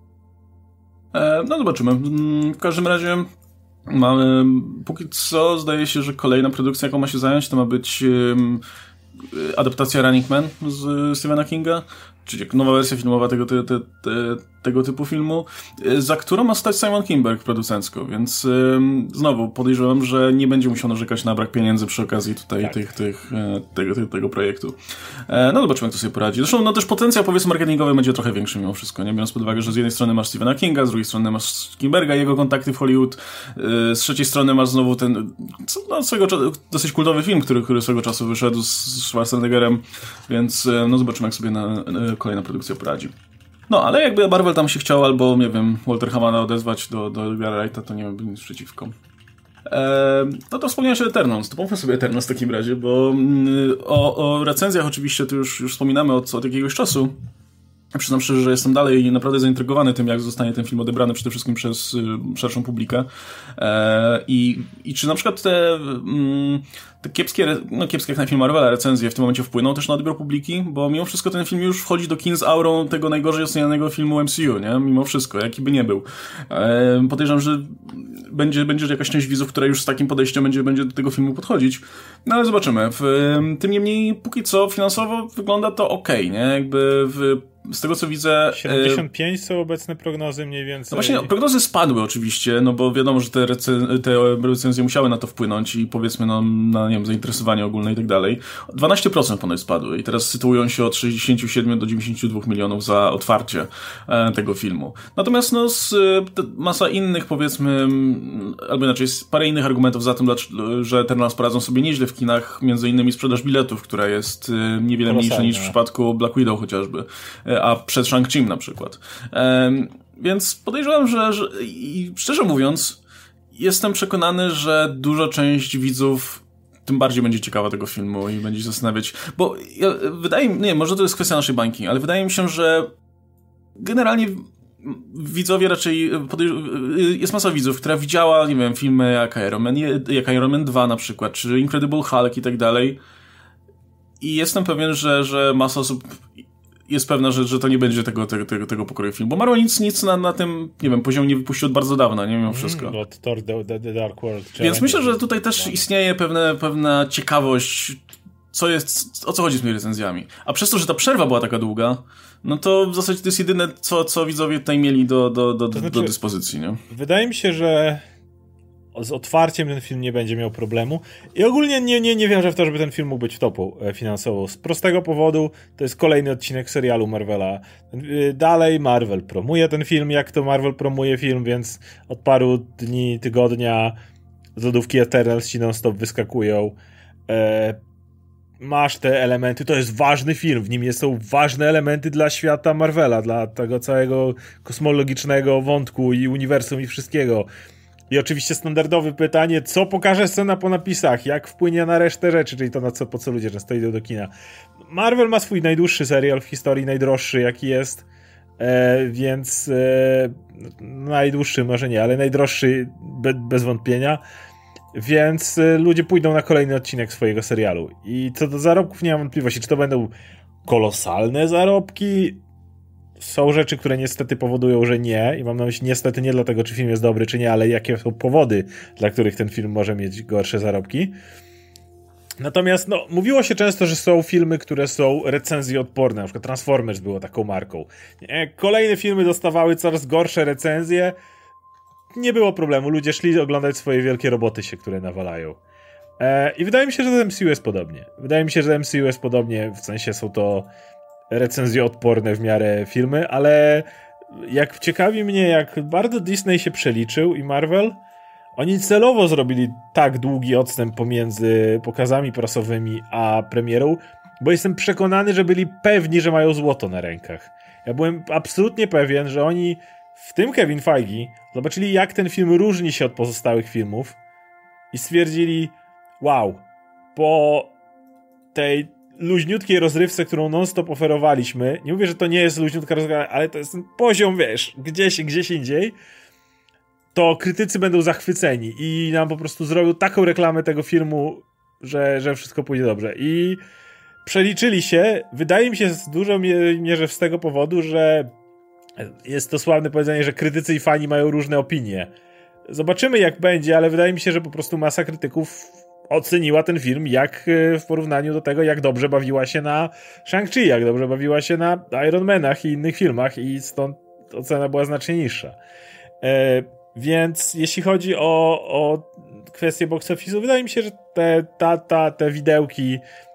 No zobaczymy. W każdym razie mamy, póki co zdaje się, że kolejna produkcja, jaką ma się zająć, to ma być adaptacja Running Man z Stephena Kinga, czyli nowa wersja filmowa tego typu filmu, za którą ma stać Simon Kinberg producencko, więc znowu podejrzewam, że nie będzie musiał narzekać na brak pieniędzy przy okazji tutaj tego projektu. No zobaczymy, jak to sobie poradzi. Zresztą no też potencjał, powiedzmy, marketingowy będzie trochę większy mimo wszystko, nie? Biorąc pod uwagę, że z jednej strony masz Stephena Kinga, z drugiej strony masz Kinberga, jego kontakty w Hollywood, z trzeciej strony masz znowu ten dosyć kultowy film, który swego czasu wyszedł z Schwarzeneggerem, więc no zobaczymy, jak sobie kolejna produkcja poradzi. No, ale jakby Marvel tam się chciał, albo, nie wiem, Walter Hamada odezwać do Edgara Wrighta, to nie mam nic przeciwko. No to wspomniałeś o Eternals, to pomówmy sobie Eternals w takim razie, bo o recenzjach oczywiście to już wspominamy od jakiegoś czasu. Przyznam szczerze, że jestem dalej naprawdę zaintrygowany tym, jak zostanie ten film odebrany przede wszystkim przez szerszą publikę. I czy na przykład te kiepskie jak na film Marvela recenzje w tym momencie wpłyną też na odbiór publiki, bo mimo wszystko ten film już wchodzi do kin z aurą tego najgorzej ocenianego filmu MCU, nie? Mimo wszystko, jaki by nie był. Podejrzewam, że będzie jakaś część widzów, która już z takim podejściem będzie do tego filmu podchodzić. No ale zobaczymy. Tym niemniej, póki co finansowo wygląda to okej, nie? Jakby z tego co widzę... 75 są obecne prognozy mniej więcej. No właśnie, prognozy spadły oczywiście, no bo wiadomo, że te recenzje musiały na to wpłynąć i powiedzmy na nie wiem, zainteresowanie ogólne i tak dalej. 12% ponoć spadły i teraz sytuują się od 67 do 92 milionów za otwarcie tego filmu. Natomiast no masa innych, powiedzmy, albo inaczej, jest parę innych argumentów za tym, że Eternals poradzą sobie nieźle w kinach, między innymi sprzedaż biletów, która jest niewiele mniejsza niż w przypadku Black Widow chociażby, a przed Shang-Chi'm na przykład. Więc podejrzewam, że i szczerze mówiąc, jestem przekonany, że duża część widzów tym bardziej będzie ciekawa tego filmu i będzie się zastanawiać, bo wydaje mi się, nie, może to jest kwestia naszej bańki, ale wydaje mi się, że generalnie widzowie raczej jest masa widzów, która widziała, nie wiem, filmy jak Iron Man 2 na przykład, czy Incredible Hulk i tak dalej, i jestem pewien, że masa osób jest pewna, że to nie będzie tego pokroju film, bo Marvel nic na tym, nie wiem, poziomie nie wypuścił od bardzo dawna, nie mimo wszystko. Od Thor The Dark World. Więc myślę, że tutaj też istnieje pewna ciekawość, o co chodzi z tymi recenzjami. A przez to, że ta przerwa była taka długa, no to w zasadzie to jest jedyne, co widzowie tutaj mieli do dyspozycji, nie? Wydaje mi się, że z otwarciem ten film nie będzie miał problemu i ogólnie nie wierzę w to, żeby ten film mógł być wtopą finansową. Z prostego powodu, to jest kolejny odcinek serialu Marvela. Dalej Marvel promuje ten film, jak to Marvel promuje film, więc od paru dni, tygodnia z lodówki Eternals ci non-stop wyskakują. Masz te elementy, to jest ważny film, w nim są ważne elementy dla świata Marvela, dla tego całego kosmologicznego wątku i uniwersum i wszystkiego. I oczywiście standardowe pytanie, co pokaże scena po napisach, jak wpłynie na resztę rzeczy, czyli to po co ludzie często idą do kina. Marvel ma swój najdłuższy serial w historii, najdroższy jaki jest, więc najdłuższy może nie, ale najdroższy bez wątpienia. Więc ludzie pójdą na kolejny odcinek swojego serialu. I co do zarobków nie mam wątpliwości, czy to będą kolosalne zarobki. Są rzeczy, które niestety powodują, że nie. I mam na myśli niestety nie dlatego, czy film jest dobry, czy nie, ale jakie są powody, dla których ten film może mieć gorsze zarobki. Natomiast mówiło się często, że są filmy, które są recenzjoodporne. Na przykład Transformers było taką marką. Kolejne filmy dostawały coraz gorsze recenzje. Nie było problemu. Ludzie szli oglądać swoje wielkie roboty które nawalają. I wydaje mi się, że z MCU jest podobnie. W sensie są to recenzjoodporne w miarę filmy, ale jak ciekawi mnie, jak bardzo Disney się przeliczył i Marvel, oni celowo zrobili tak długi odstęp pomiędzy pokazami prasowymi a premierą, bo jestem przekonany, że byli pewni, że mają złoto na rękach. Ja byłem absolutnie pewien, że oni, w tym Kevin Feige, zobaczyli, jak ten film różni się od pozostałych filmów i stwierdzili, wow, po tej luźniutkiej rozrywce, którą non-stop oferowaliśmy, nie mówię, że to nie jest luźniutka rozrywka, ale to jest ten poziom, wiesz, gdzieś indziej, to krytycy będą zachwyceni i nam po prostu zrobią taką reklamę tego filmu, że wszystko pójdzie dobrze. I przeliczyli się, wydaje mi się w dużej mierze z tego powodu, że jest to sławne powiedzenie, że krytycy i fani mają różne opinie. Zobaczymy, jak będzie, ale wydaje mi się, że po prostu masa krytyków oceniła ten film jak w porównaniu do tego, jak dobrze bawiła się na Shang-Chi, jak dobrze bawiła się na Iron Manach i innych filmach i stąd ocena była znacznie niższa. Więc jeśli chodzi o kwestię box office'u, wydaje mi się, że te widełki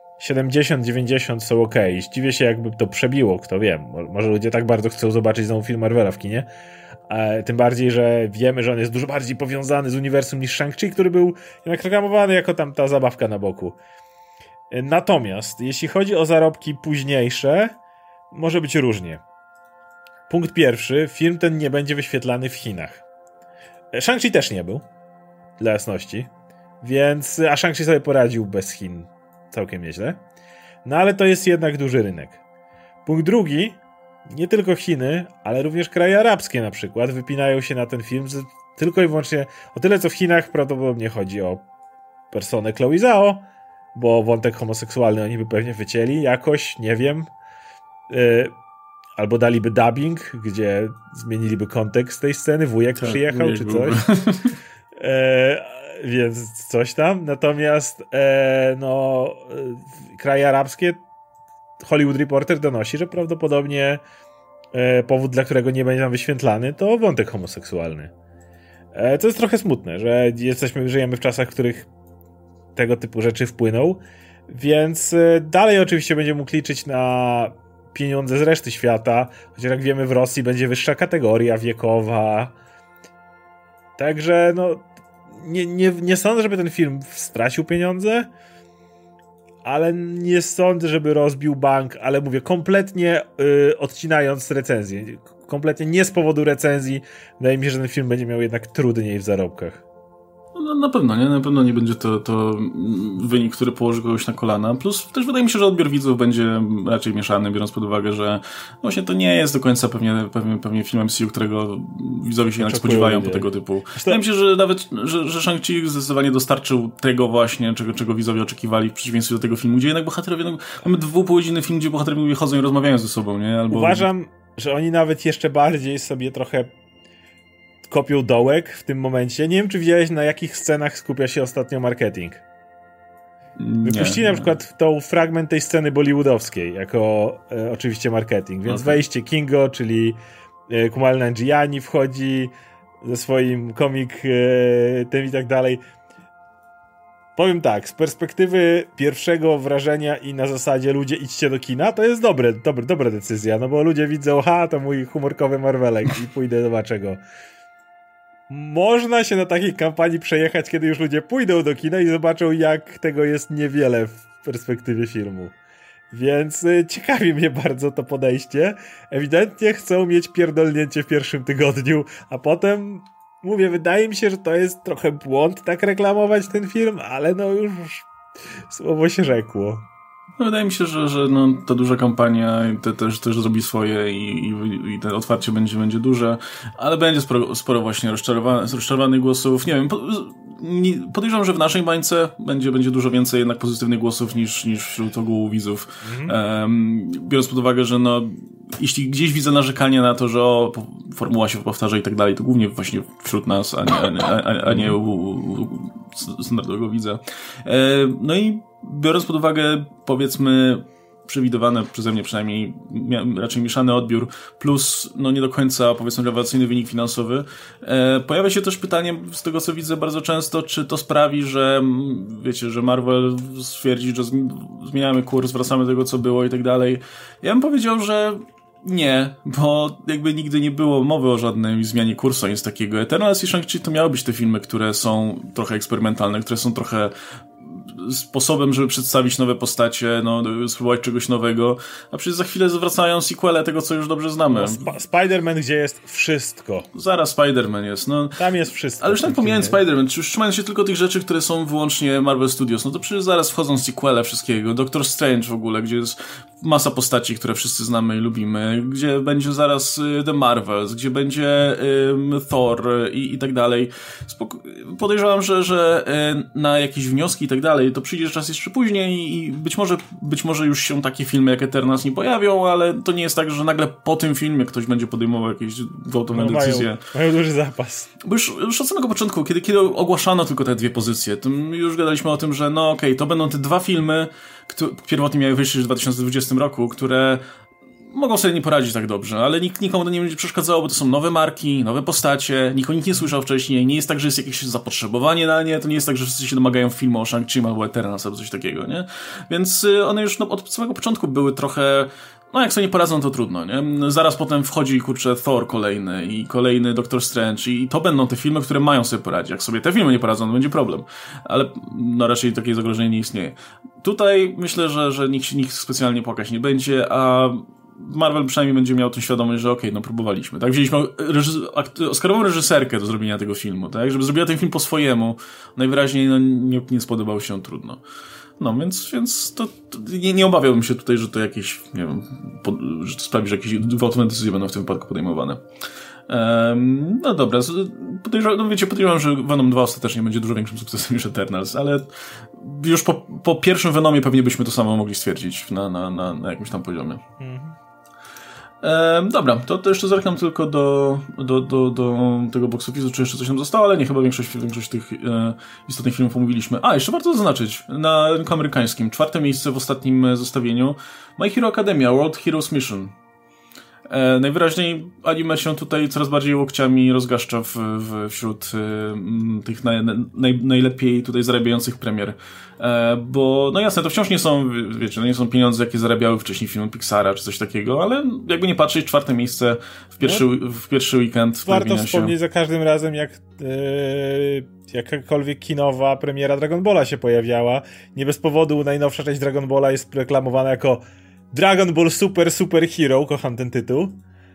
70-90 są okej. Zdziwię się, jakby to przebiło, kto wie. Może ludzie tak bardzo chcą zobaczyć znowu film Marvela w kinie. Tym bardziej, że wiemy, że on jest dużo bardziej powiązany z uniwersum niż Shang-Chi, który był jednak reklamowany jako tam ta zabawka na boku. Natomiast jeśli chodzi o zarobki późniejsze, może być różnie. Punkt pierwszy, film ten nie będzie wyświetlany w Chinach. Shang-Chi też nie był, dla jasności, więc a Shang-Chi sobie poradził bez Chin całkiem nieźle. No ale to jest jednak duży rynek. Punkt drugi, nie tylko Chiny, ale również kraje arabskie na przykład wypinają się na ten film tylko i wyłącznie o tyle, co w Chinach prawdopodobnie chodzi o personę Chloe Zhao, bo wątek homoseksualny oni by pewnie wycięli jakoś, nie wiem, albo daliby dubbing, gdzie zmieniliby kontekst tej sceny, wujek przyjechał czy coś. Więc coś tam. Natomiast kraje arabskie, Hollywood Reporter donosi, że prawdopodobnie powód, dla którego nie będzie tam wyświetlany, to wątek homoseksualny. Co jest trochę smutne, że żyjemy w czasach, w których tego typu rzeczy wpłyną, więc dalej oczywiście będzie mógł liczyć na pieniądze z reszty świata, chociaż jak wiemy w Rosji będzie wyższa kategoria wiekowa. Także nie sądzę, żeby ten film stracił pieniądze, ale nie sądzę, żeby rozbił bank, ale mówię, kompletnie odcinając recenzję. Kompletnie nie z powodu recenzji. Wydaje mi się, że ten film będzie miał jednak trudniej w zarobkach. No, na pewno nie będzie to wynik, który położy kogoś na kolana. Plus też wydaje mi się, że odbiór widzów będzie raczej mieszany, biorąc pod uwagę, że właśnie to nie jest do końca pewnie film MCU, którego widzowie się jednak spodziewają po tego typu. Wydaje mi się, że nawet, że Shang-Chi zdecydowanie dostarczył tego właśnie, czego widzowie oczekiwali w przeciwieństwie do tego filmu, gdzie jednak bohaterowie, mamy 2,5-godzinny film, gdzie bohaterowie chodzą i rozmawiają ze sobą, nie? Uważam, że oni nawet jeszcze bardziej sobie trochę kopią dołek w tym momencie. Nie wiem, czy widziałeś, na jakich scenach skupia się ostatnio marketing. Wypuścili na przykład tą fragment tej sceny bollywoodowskiej jako oczywiście marketing, więc wejście Kingo, czyli Kumail Nanjiani wchodzi ze swoim komik tym i tak dalej. Powiem tak, z perspektywy pierwszego wrażenia i na zasadzie ludzie idźcie do kina, to jest dobra decyzja, no bo ludzie widzą, to mój humorkowy Marvelek i pójdę, zobaczę go. Można się na takiej kampanii przejechać, kiedy już ludzie pójdą do kina i zobaczą, jak tego jest niewiele w perspektywie filmu. Więc ciekawi mnie bardzo to podejście. Ewidentnie chcą mieć pierdolnięcie w pierwszym tygodniu, a potem, mówię, wydaje mi się, że to jest trochę błąd tak reklamować ten film, ale już słowo się rzekło. No, wydaje mi się, że ta duża kampania też zrobi swoje i to otwarcie będzie duże, ale będzie sporo właśnie rozczarowanych głosów. Nie wiem, podejrzewam, że w naszej bańce będzie dużo więcej jednak pozytywnych głosów niż wśród ogółu widzów. Biorąc pod uwagę, że jeśli gdzieś widzę narzekanie na to, że formuła się powtarza i tak dalej, to głównie właśnie wśród nas, a nie u standardowego widza. No i biorąc pod uwagę, powiedzmy, przewidywany przeze mnie przynajmniej raczej mieszany odbiór, plus nie do końca, powiedzmy, rewelacyjny wynik finansowy. Pojawia się też pytanie, z tego co widzę bardzo często, czy to sprawi, że wiecie, że Marvel stwierdzi, że zmieniamy kurs, wracamy do tego, co było i tak dalej. Ja bym powiedział, że nie, bo jakby nigdy nie było mowy o żadnej zmianie kursu, nic takiego. Eternals i Shang-Chi to miały być te filmy, które są trochę eksperymentalne, które są trochę sposobem, żeby przedstawić nowe postacie, spróbować czegoś nowego, a przecież za chwilę zwracają sequele tego, co już dobrze znamy. Spider-Man, gdzie jest wszystko. Zaraz Spider-Man jest, Tam jest wszystko. Ale już tak pomijając Spider-Man, czy już trzymając się tylko tych rzeczy, które są wyłącznie Marvel Studios, to przecież zaraz wchodzą sequele wszystkiego. Doctor Strange w ogóle, gdzie jest masa postaci, które wszyscy znamy i lubimy, gdzie będzie zaraz The Marvels, gdzie będzie Thor i tak dalej. Podejrzewam, że na jakieś wnioski i tak dalej, to przyjdzie czas jeszcze później i być może już się takie filmy jak Eternals nie pojawią, ale to nie jest tak, że nagle po tym filmie ktoś będzie podejmował jakieś gwałtowne decyzje. Mają duży zapas. Bo już od samego początku, kiedy ogłaszano tylko te dwie pozycje, to już gadaliśmy o tym, że to będą te dwa filmy, które pierwotnie miały wyjść w 2020 roku, które mogą sobie nie poradzić tak dobrze, ale nikomu to nie będzie przeszkadzało, bo to są nowe marki, nowe postacie, nikt nie słyszał wcześniej, nie jest tak, że jest jakieś zapotrzebowanie na nie, to nie jest tak, że wszyscy się domagają filmu o Shang-Chi albo Eternals albo coś takiego, nie? Więc one już od samego początku były trochę, jak sobie nie poradzą, to trudno, nie? Zaraz potem wchodzi, Thor kolejny i kolejny Doctor Strange i to będą te filmy, które mają sobie poradzić. Jak sobie te filmy nie poradzą, to będzie problem. Ale raczej takie zagrożenie nie istnieje. Tutaj myślę, że nikt specjalnie płakać nie będzie, a Marvel przynajmniej będzie miał tę świadomość, że próbowaliśmy, tak? Wzięliśmy oscarową reżyserkę do zrobienia tego filmu, tak? Żeby zrobiła ten film po swojemu. Najwyraźniej nie spodobał się, trudno. Więc to nie obawiałbym się tutaj, że to jakieś, nie wiem, że to sprawi, że jakieś gwałtowne decyzje będą w tym wypadku podejmowane. Dobra, podejrzewam, że Venom 2 ostatecznie będzie dużo większym sukcesem niż Eternals, ale już po pierwszym Venomie pewnie byśmy to samo mogli stwierdzić na jakimś tam poziomie. Dobra, to jeszcze zerknę tylko do tego box office'u, czy jeszcze coś nam zostało, ale nie, chyba większość tych istotnych filmów omówiliśmy. Jeszcze warto zaznaczyć, na rynku amerykańskim 4. miejsce w ostatnim zestawieniu My Hero Academia World Heroes Mission. Najwyraźniej anime się tutaj coraz bardziej łokciami rozgaszcza wśród tych najlepiej tutaj zarabiających premier. Bo jasne, to wciąż nie są, wiecie, nie są pieniądze, jakie zarabiały wcześniej filmy Pixara czy coś takiego, ale jakby nie patrzeć, 4. miejsce w pierwszy weekend. Warto wspomnieć za każdym razem, jak jakakolwiek kinowa premiera Dragon Balla się pojawiała. Nie bez powodu najnowsza część Dragon Balla jest reklamowana jako Dragon Ball Super Hero, kocham ten tytuł.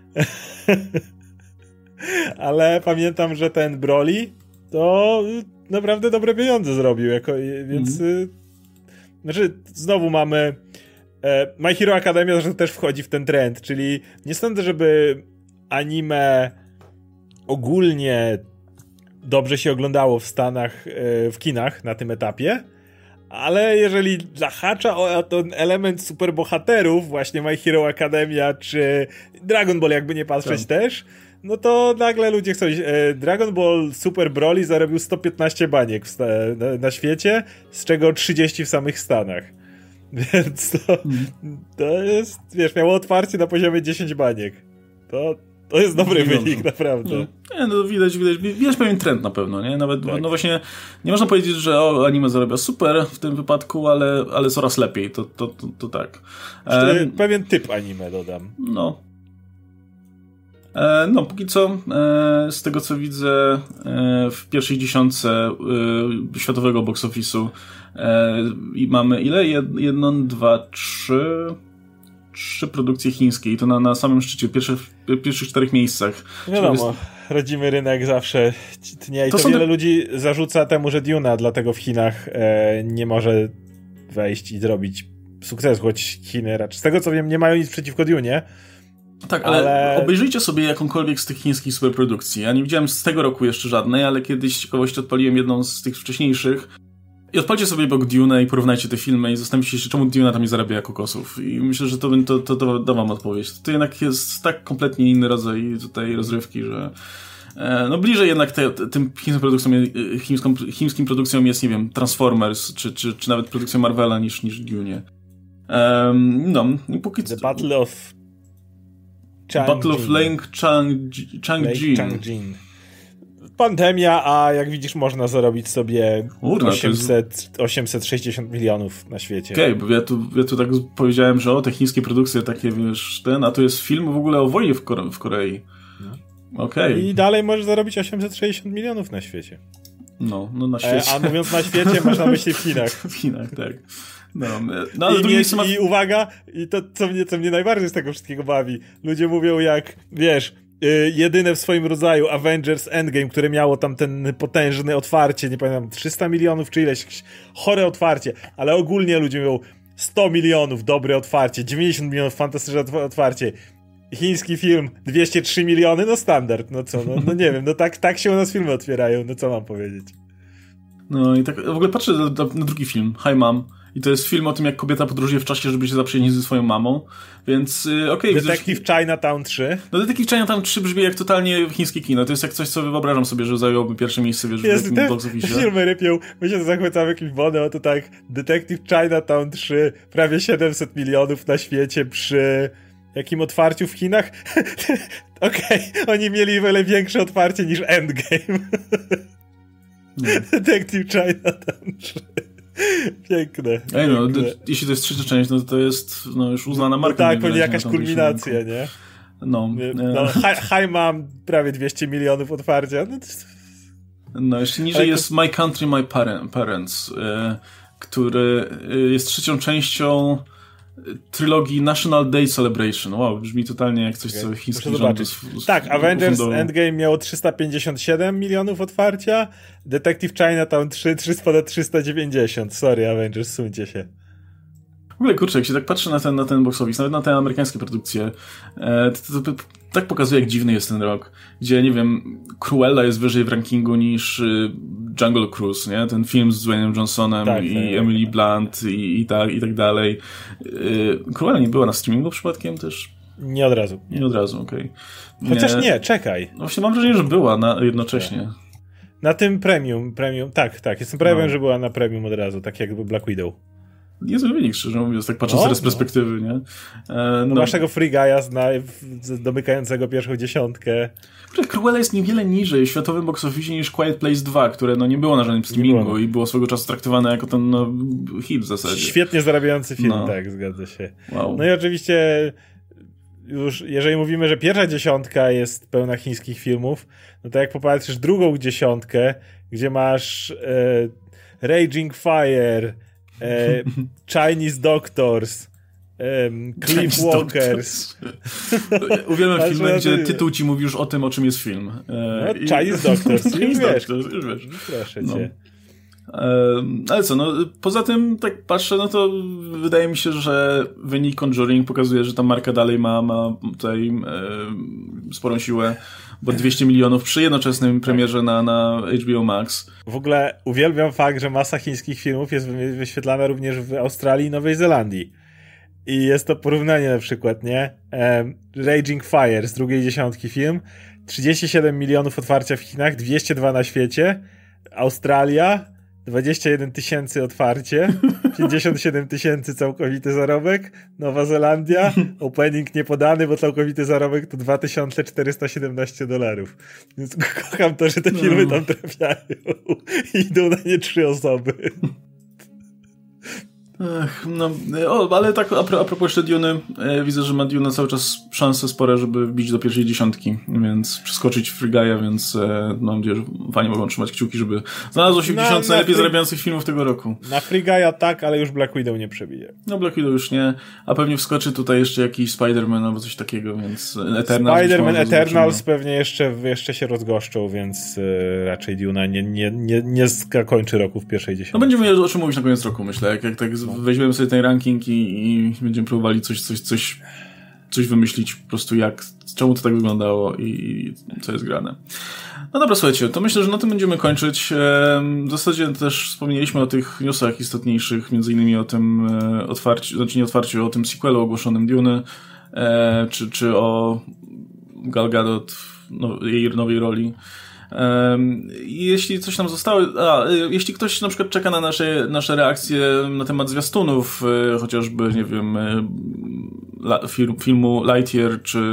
Ale pamiętam, że ten Broly to naprawdę dobre pieniądze zrobił, więc znaczy znowu mamy My Hero Academia, że też wchodzi w ten trend, czyli nie sądzę, żeby anime ogólnie dobrze się oglądało w Stanach, w kinach na tym etapie, ale jeżeli zahacza o ten element superbohaterów, właśnie My Hero Academia czy Dragon Ball, jakby nie patrzeć też, to nagle ludzie chcą iść. Dragon Ball Super Broly zarobił 115 baniek na świecie, z czego 30 w samych Stanach. Więc to jest, wiesz, miało otwarcie na poziomie 10 baniek. To jest dobry wynik, naprawdę. Widać pewien trend na pewno, nie? Nawet, tak. Właśnie, nie można powiedzieć, że anime zarabia super w tym wypadku, ale coraz lepiej, to tak. Pewien typ anime dodam. Póki co, z tego co widzę, w pierwszej dziesiątce światowego box office'u mamy ile? 1, 2, 3 produkcje chińskie i to na samym szczycie, pierwszych 4 miejscach. Wiadomo, rodzimy rynek zawsze tnie i to wiele ludzi zarzuca temu, że Duna dlatego w Chinach nie może wejść i zrobić sukcesu, choć Chiny raczej, z tego co wiem, nie mają nic przeciwko Dunie, Tak, ale obejrzyjcie sobie jakąkolwiek z tych chińskich superprodukcji. Ja nie widziałem z tego roku jeszcze żadnej, ale kiedyś z ciekawości odpaliłem jedną z tych wcześniejszych. I odpalcie sobie obok Dune'a i porównajcie te filmy i zastanawiajcie się, czemu Duna tam nie zarabia kokosów. I myślę, że to da wam odpowiedź. To jednak jest tak kompletnie inny rodzaj tutaj rozrywki, że no bliżej jednak tym chińskim produkcjom jest, nie wiem, Transformers, czy nawet produkcja Marvela niż Dune. No, i póki The Battle of Lake Changjin. Pandemia, a jak widzisz, można zarobić sobie 860 milionów na świecie. Okej, bo ja tu tak powiedziałem, że te chińskie produkcje takie, wiesz, a tu jest film w ogóle o wojnie w Korei. Okej. I dalej możesz zarobić 860 milionów na świecie. No na świecie. A mówiąc na świecie, masz na myśli w Chinach. W Chinach, tak. No ale I uwaga, i to, co mnie najbardziej z tego wszystkiego bawi. Ludzie mówią jak, wiesz, jedyne w swoim rodzaju Avengers Endgame, które miało tam ten potężne otwarcie, nie pamiętam, 300 milionów czy ileś, chore otwarcie, ale ogólnie ludzie mówią 100 milionów, dobre otwarcie, 90 milionów, fantastyczne otwarcie. Chiński film, 203 miliony, no standard, no co, no nie wiem, no tak się u nas filmy otwierają, no co mam powiedzieć. No i tak w ogóle patrzę na drugi film, Hi Mom, i to jest film o tym, jak kobieta podróżuje w czasie, żeby się zaprzyjaźnić ze swoją mamą, więc okej. Detektyw Chinatown 3? No Detektyw Chinatown 3 brzmi jak totalnie chińskie kino, to jest jak coś, co wyobrażam sobie, że zająłoby pierwsze miejsce, wiesz, w tym box office. Filmy rypią, my się zachwycamy jakimś wodą, a to tak, Detektyw Chinatown 3, prawie 700 milionów na świecie przy jakim otwarciu w Chinach? Okej, oni mieli wiele większe otwarcie niż Endgame. Detektyw Chinatown 3. Piękne. Jeśli to jest trzecia część, no to jest już uznana marka. No tak, pewnie jakaś kulminacja, nie? Hi Mom, prawie 200 milionów otwarcia. No, jeszcze niżej jest My Country, My Parents, który jest trzecią częścią trylogii National Day Celebration. Wow, brzmi totalnie jak coś, co chiński rząd... Tak, Avengers Endgame miało 357 milionów otwarcia, Detective Chinatown 3 ponad 390. Sorry, Avengers, suńcie się. W ogóle, kurczę, jak się tak patrzy na ten box office, nawet na te amerykańskie produkcje, to tak pokazuje, jak dziwny jest ten rok. Gdzie, nie wiem, Cruella jest wyżej w rankingu niż Jungle Cruise, nie? Ten film z Dwayne'em Johnsonem i Emily Blunt i tak dalej. Cruella nie była na streamingu przypadkiem też? Nie od razu. Nie od razu, okej. Chociaż nie, czekaj. No właśnie mam wrażenie, że była jednocześnie. Na tym premium, tak. Jestem pewien, że była na premium od razu, tak jak Black Widow. Niezły wynik, szczerze mówiąc, tak patrząc teraz z perspektywy, nie? Naszego Free Guy'a domykającego pierwszą dziesiątkę. Cruella jest niewiele niżej w światowym box office niż Quiet Place 2, które nie było na żadnym streamingu i było swego czasu traktowane jako ten hit w zasadzie. Świetnie zarabiający film, tak, zgadza się. Wow. No i oczywiście już, jeżeli mówimy, że pierwsza dziesiątka jest pełna chińskich filmów, no to jak popatrzysz drugą dziesiątkę, gdzie masz Raging Fire, Chinese Doctors, Cliff Walkers. Uwielbiam filmy, gdzie tytuł ci mówi już o tym, o czym jest film. Chinese Doctors, już wiesz. Proszę cię. Ale co, poza tym tak patrzę, to wydaje mi się, że wynik Conjuring pokazuje, że ta marka dalej ma tutaj sporą siłę, bo 200 milionów przy jednoczesnym premierze na HBO Max. W ogóle uwielbiam fakt, że masa chińskich filmów jest wyświetlana również w Australii i Nowej Zelandii. I jest to porównanie na przykład, nie? Raging Fire z drugiej dziesiątki film, 37 milionów otwarcia w Chinach, 202 na świecie, Australia 21 tysięcy otwarcie, 57 tysięcy całkowity zarobek, Nowa Zelandia, opening niepodany, bo całkowity zarobek to $2417. Więc kocham to, że te filmy tam trafiają i idą na nie 3 osoby. Ale tak a propos jeszcze Duny, widzę, że ma Duna cały czas szanse spore, żeby wbić do pierwszej dziesiątki, więc przeskoczyć Free Guy'a, więc mam nadzieję, że fani mogą trzymać kciuki, żeby znalazło się w 10 najlepiej zarabiających filmów tego roku. Na Free Guy'a tak, ale już Black Widow nie przebije. No Black Widow już nie, a pewnie wskoczy tutaj jeszcze jakiś Spider-Man albo coś takiego, więc Spider-Man Eternals pewnie jeszcze się rozgoszczą, więc raczej Duna nie zakończy roku w pierwszej dziesiątce. No będziemy o czym mówić na koniec roku, myślę, jak tak weźmiemy sobie ten ranking i będziemy próbowali coś coś wymyślić po prostu czemu to tak wyglądało i co jest grane. No dobra, słuchajcie, to myślę, że na tym będziemy kończyć. W zasadzie też wspomnieliśmy o tych newsach istotniejszych, między innymi o tym o tym sequelu ogłoszonym Dune, czy o Gal Gadot, jej nowej roli. Jeśli coś nam zostało, jeśli ktoś na przykład czeka na nasze reakcje na temat zwiastunów, chociażby, nie wiem, filmu Lightyear, czy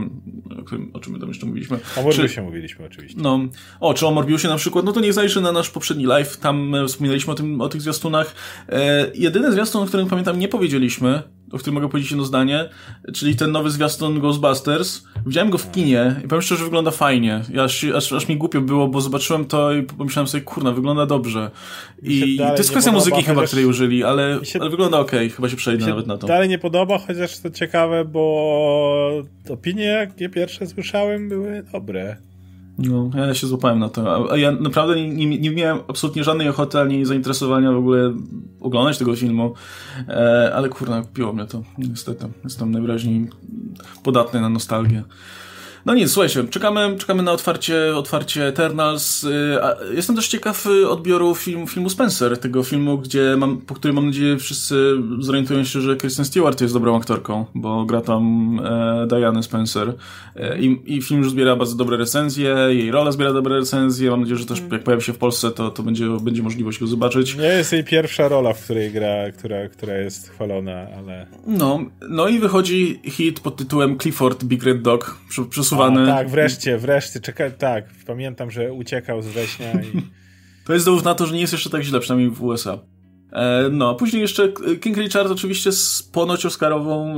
o czym my tam jeszcze mówiliśmy? O Morbiusie mówiliśmy oczywiście. Czy o Morbiusie na przykład, no to niech zajrzy na nasz poprzedni live, tam wspominaliśmy o tych zwiastunach. Jedyny zwiastun, o którym pamiętam nie powiedzieliśmy, o którym mogę powiedzieć jedno zdanie, czyli ten nowy zwiastun Ghostbusters. Widziałem go w kinie i powiem szczerze, że wygląda fajnie. Aż mi głupio było, bo zobaczyłem to i pomyślałem sobie, kurna, wygląda dobrze. I to jest kwestia muzyki chyba, której użyli, ale wygląda okej. Chyba się przejdę nawet na to. Dalej nie podoba, chociaż to ciekawe, bo opinie, jakie pierwsze słyszałem, były dobre. No, ja się złapałem na to. A ja naprawdę nie miałem absolutnie żadnej ochoty ani zainteresowania w ogóle oglądać tego filmu. Ale kurna, kupiło mnie to. Niestety. Jestem najwyraźniej podatny na nostalgię. No nic, słuchajcie, czekamy na otwarcie Eternals. Jestem też ciekaw odbioru filmu Spencer, tego filmu, po którym mam nadzieję wszyscy zorientują się, że Kristen Stewart jest dobrą aktorką, bo gra tam Dianę Spencer. I film już zbiera bardzo dobre recenzje, jej rola zbiera dobre recenzje. Mam nadzieję, że też jak pojawi się w Polsce, to będzie możliwość go zobaczyć. Nie jest jej pierwsza rola, w której gra, która jest chwalona, ale... No i wychodzi hit pod tytułem Clifford Big Red Dog, przesuwany. Tak, wreszcie, tak, pamiętam, że uciekał z września i... To jest dowód na to, że nie jest jeszcze tak źle, przynajmniej w USA. A później jeszcze King Richard oczywiście z ponoć oscarową,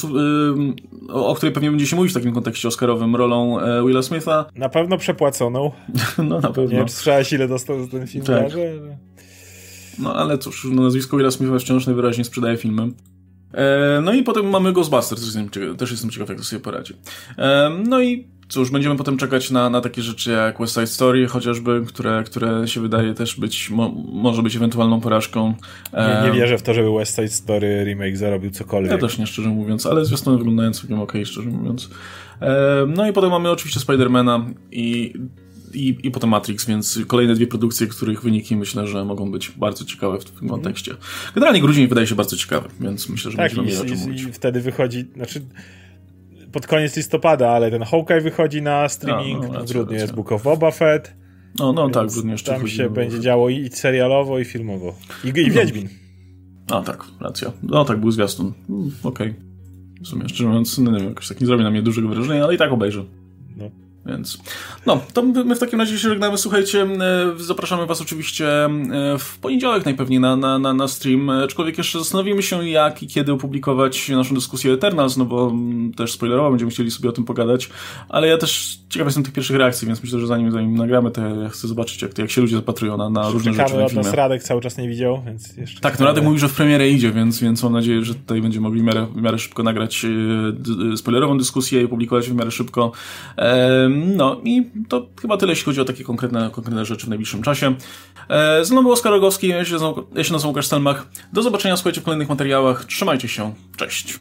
o której pewnie będzie się mówić w takim kontekście oscarowym, rolą Willa Smitha. Na pewno przepłaconą. No na pewno. Nie wiem, czy słyszałeś, ile dostał za ten film. Tak. No ale cóż, nazwisko Willa Smitha wciąż najwyraźniej sprzedaje filmy. No i potem mamy Ghostbusters, też jestem ciekaw, jak to sobie poradzi. No i cóż, będziemy potem czekać na takie rzeczy jak West Side Story chociażby, które się wydaje też może być ewentualną porażką. Nie wierzę w to, żeby West Side Story remake zarobił cokolwiek. Ja też nie, szczerze mówiąc, ale zwiastuny wyglądają całkiem okej, szczerze mówiąc. No i potem mamy oczywiście Spidermana i potem Matrix, więc kolejne dwie produkcje, których wyniki myślę, że mogą być bardzo ciekawe w tym kontekście. Generalnie grudzień wydaje się bardzo ciekawy, więc myślę, że będziemy mieli o czym mówić. I wtedy wychodzi, pod koniec listopada, ale ten Hawkeye wychodzi na streaming, w grudniu jest Book of Boba Fett. No tak, w grudniu jeszcze tam się będzie działo i serialowo, i filmowo. I Wiedźmin. Tak, racja. No tak, był zwiastun. Okej. W sumie, szczerze mówiąc, nie wiem, jakoś tak nie zrobi na mnie dużego wrażenia, ale i tak obejrzę. Więc, to my w takim razie się żegnamy. Słuchajcie, zapraszamy was oczywiście w poniedziałek najpewniej na stream, aczkolwiek jeszcze zastanowimy się, jak i kiedy opublikować naszą dyskusję Eternals, no bo też spoilerowo będziemy chcieli sobie o tym pogadać, ale ja też ciekaw jestem tych pierwszych reakcji, więc myślę, że zanim nagramy, to ja chcę zobaczyć, jak się ludzie zapatrują na różne rzeczy na filmie. Radek cały czas nie widział, więc jeszcze... Tak, Radek mówi, że w premierę idzie, więc mam nadzieję, że tutaj będziemy mogli w miarę szybko nagrać spoilerową dyskusję i opublikować w miarę szybko. No i to chyba tyle, jeśli chodzi o takie konkretne rzeczy w najbliższym czasie. Ze mną był Oskar Rogowski, ja się nazywam Łukasz Stelmach. Do zobaczenia, słuchajcie, w kolejnych materiałach. Trzymajcie się. Cześć.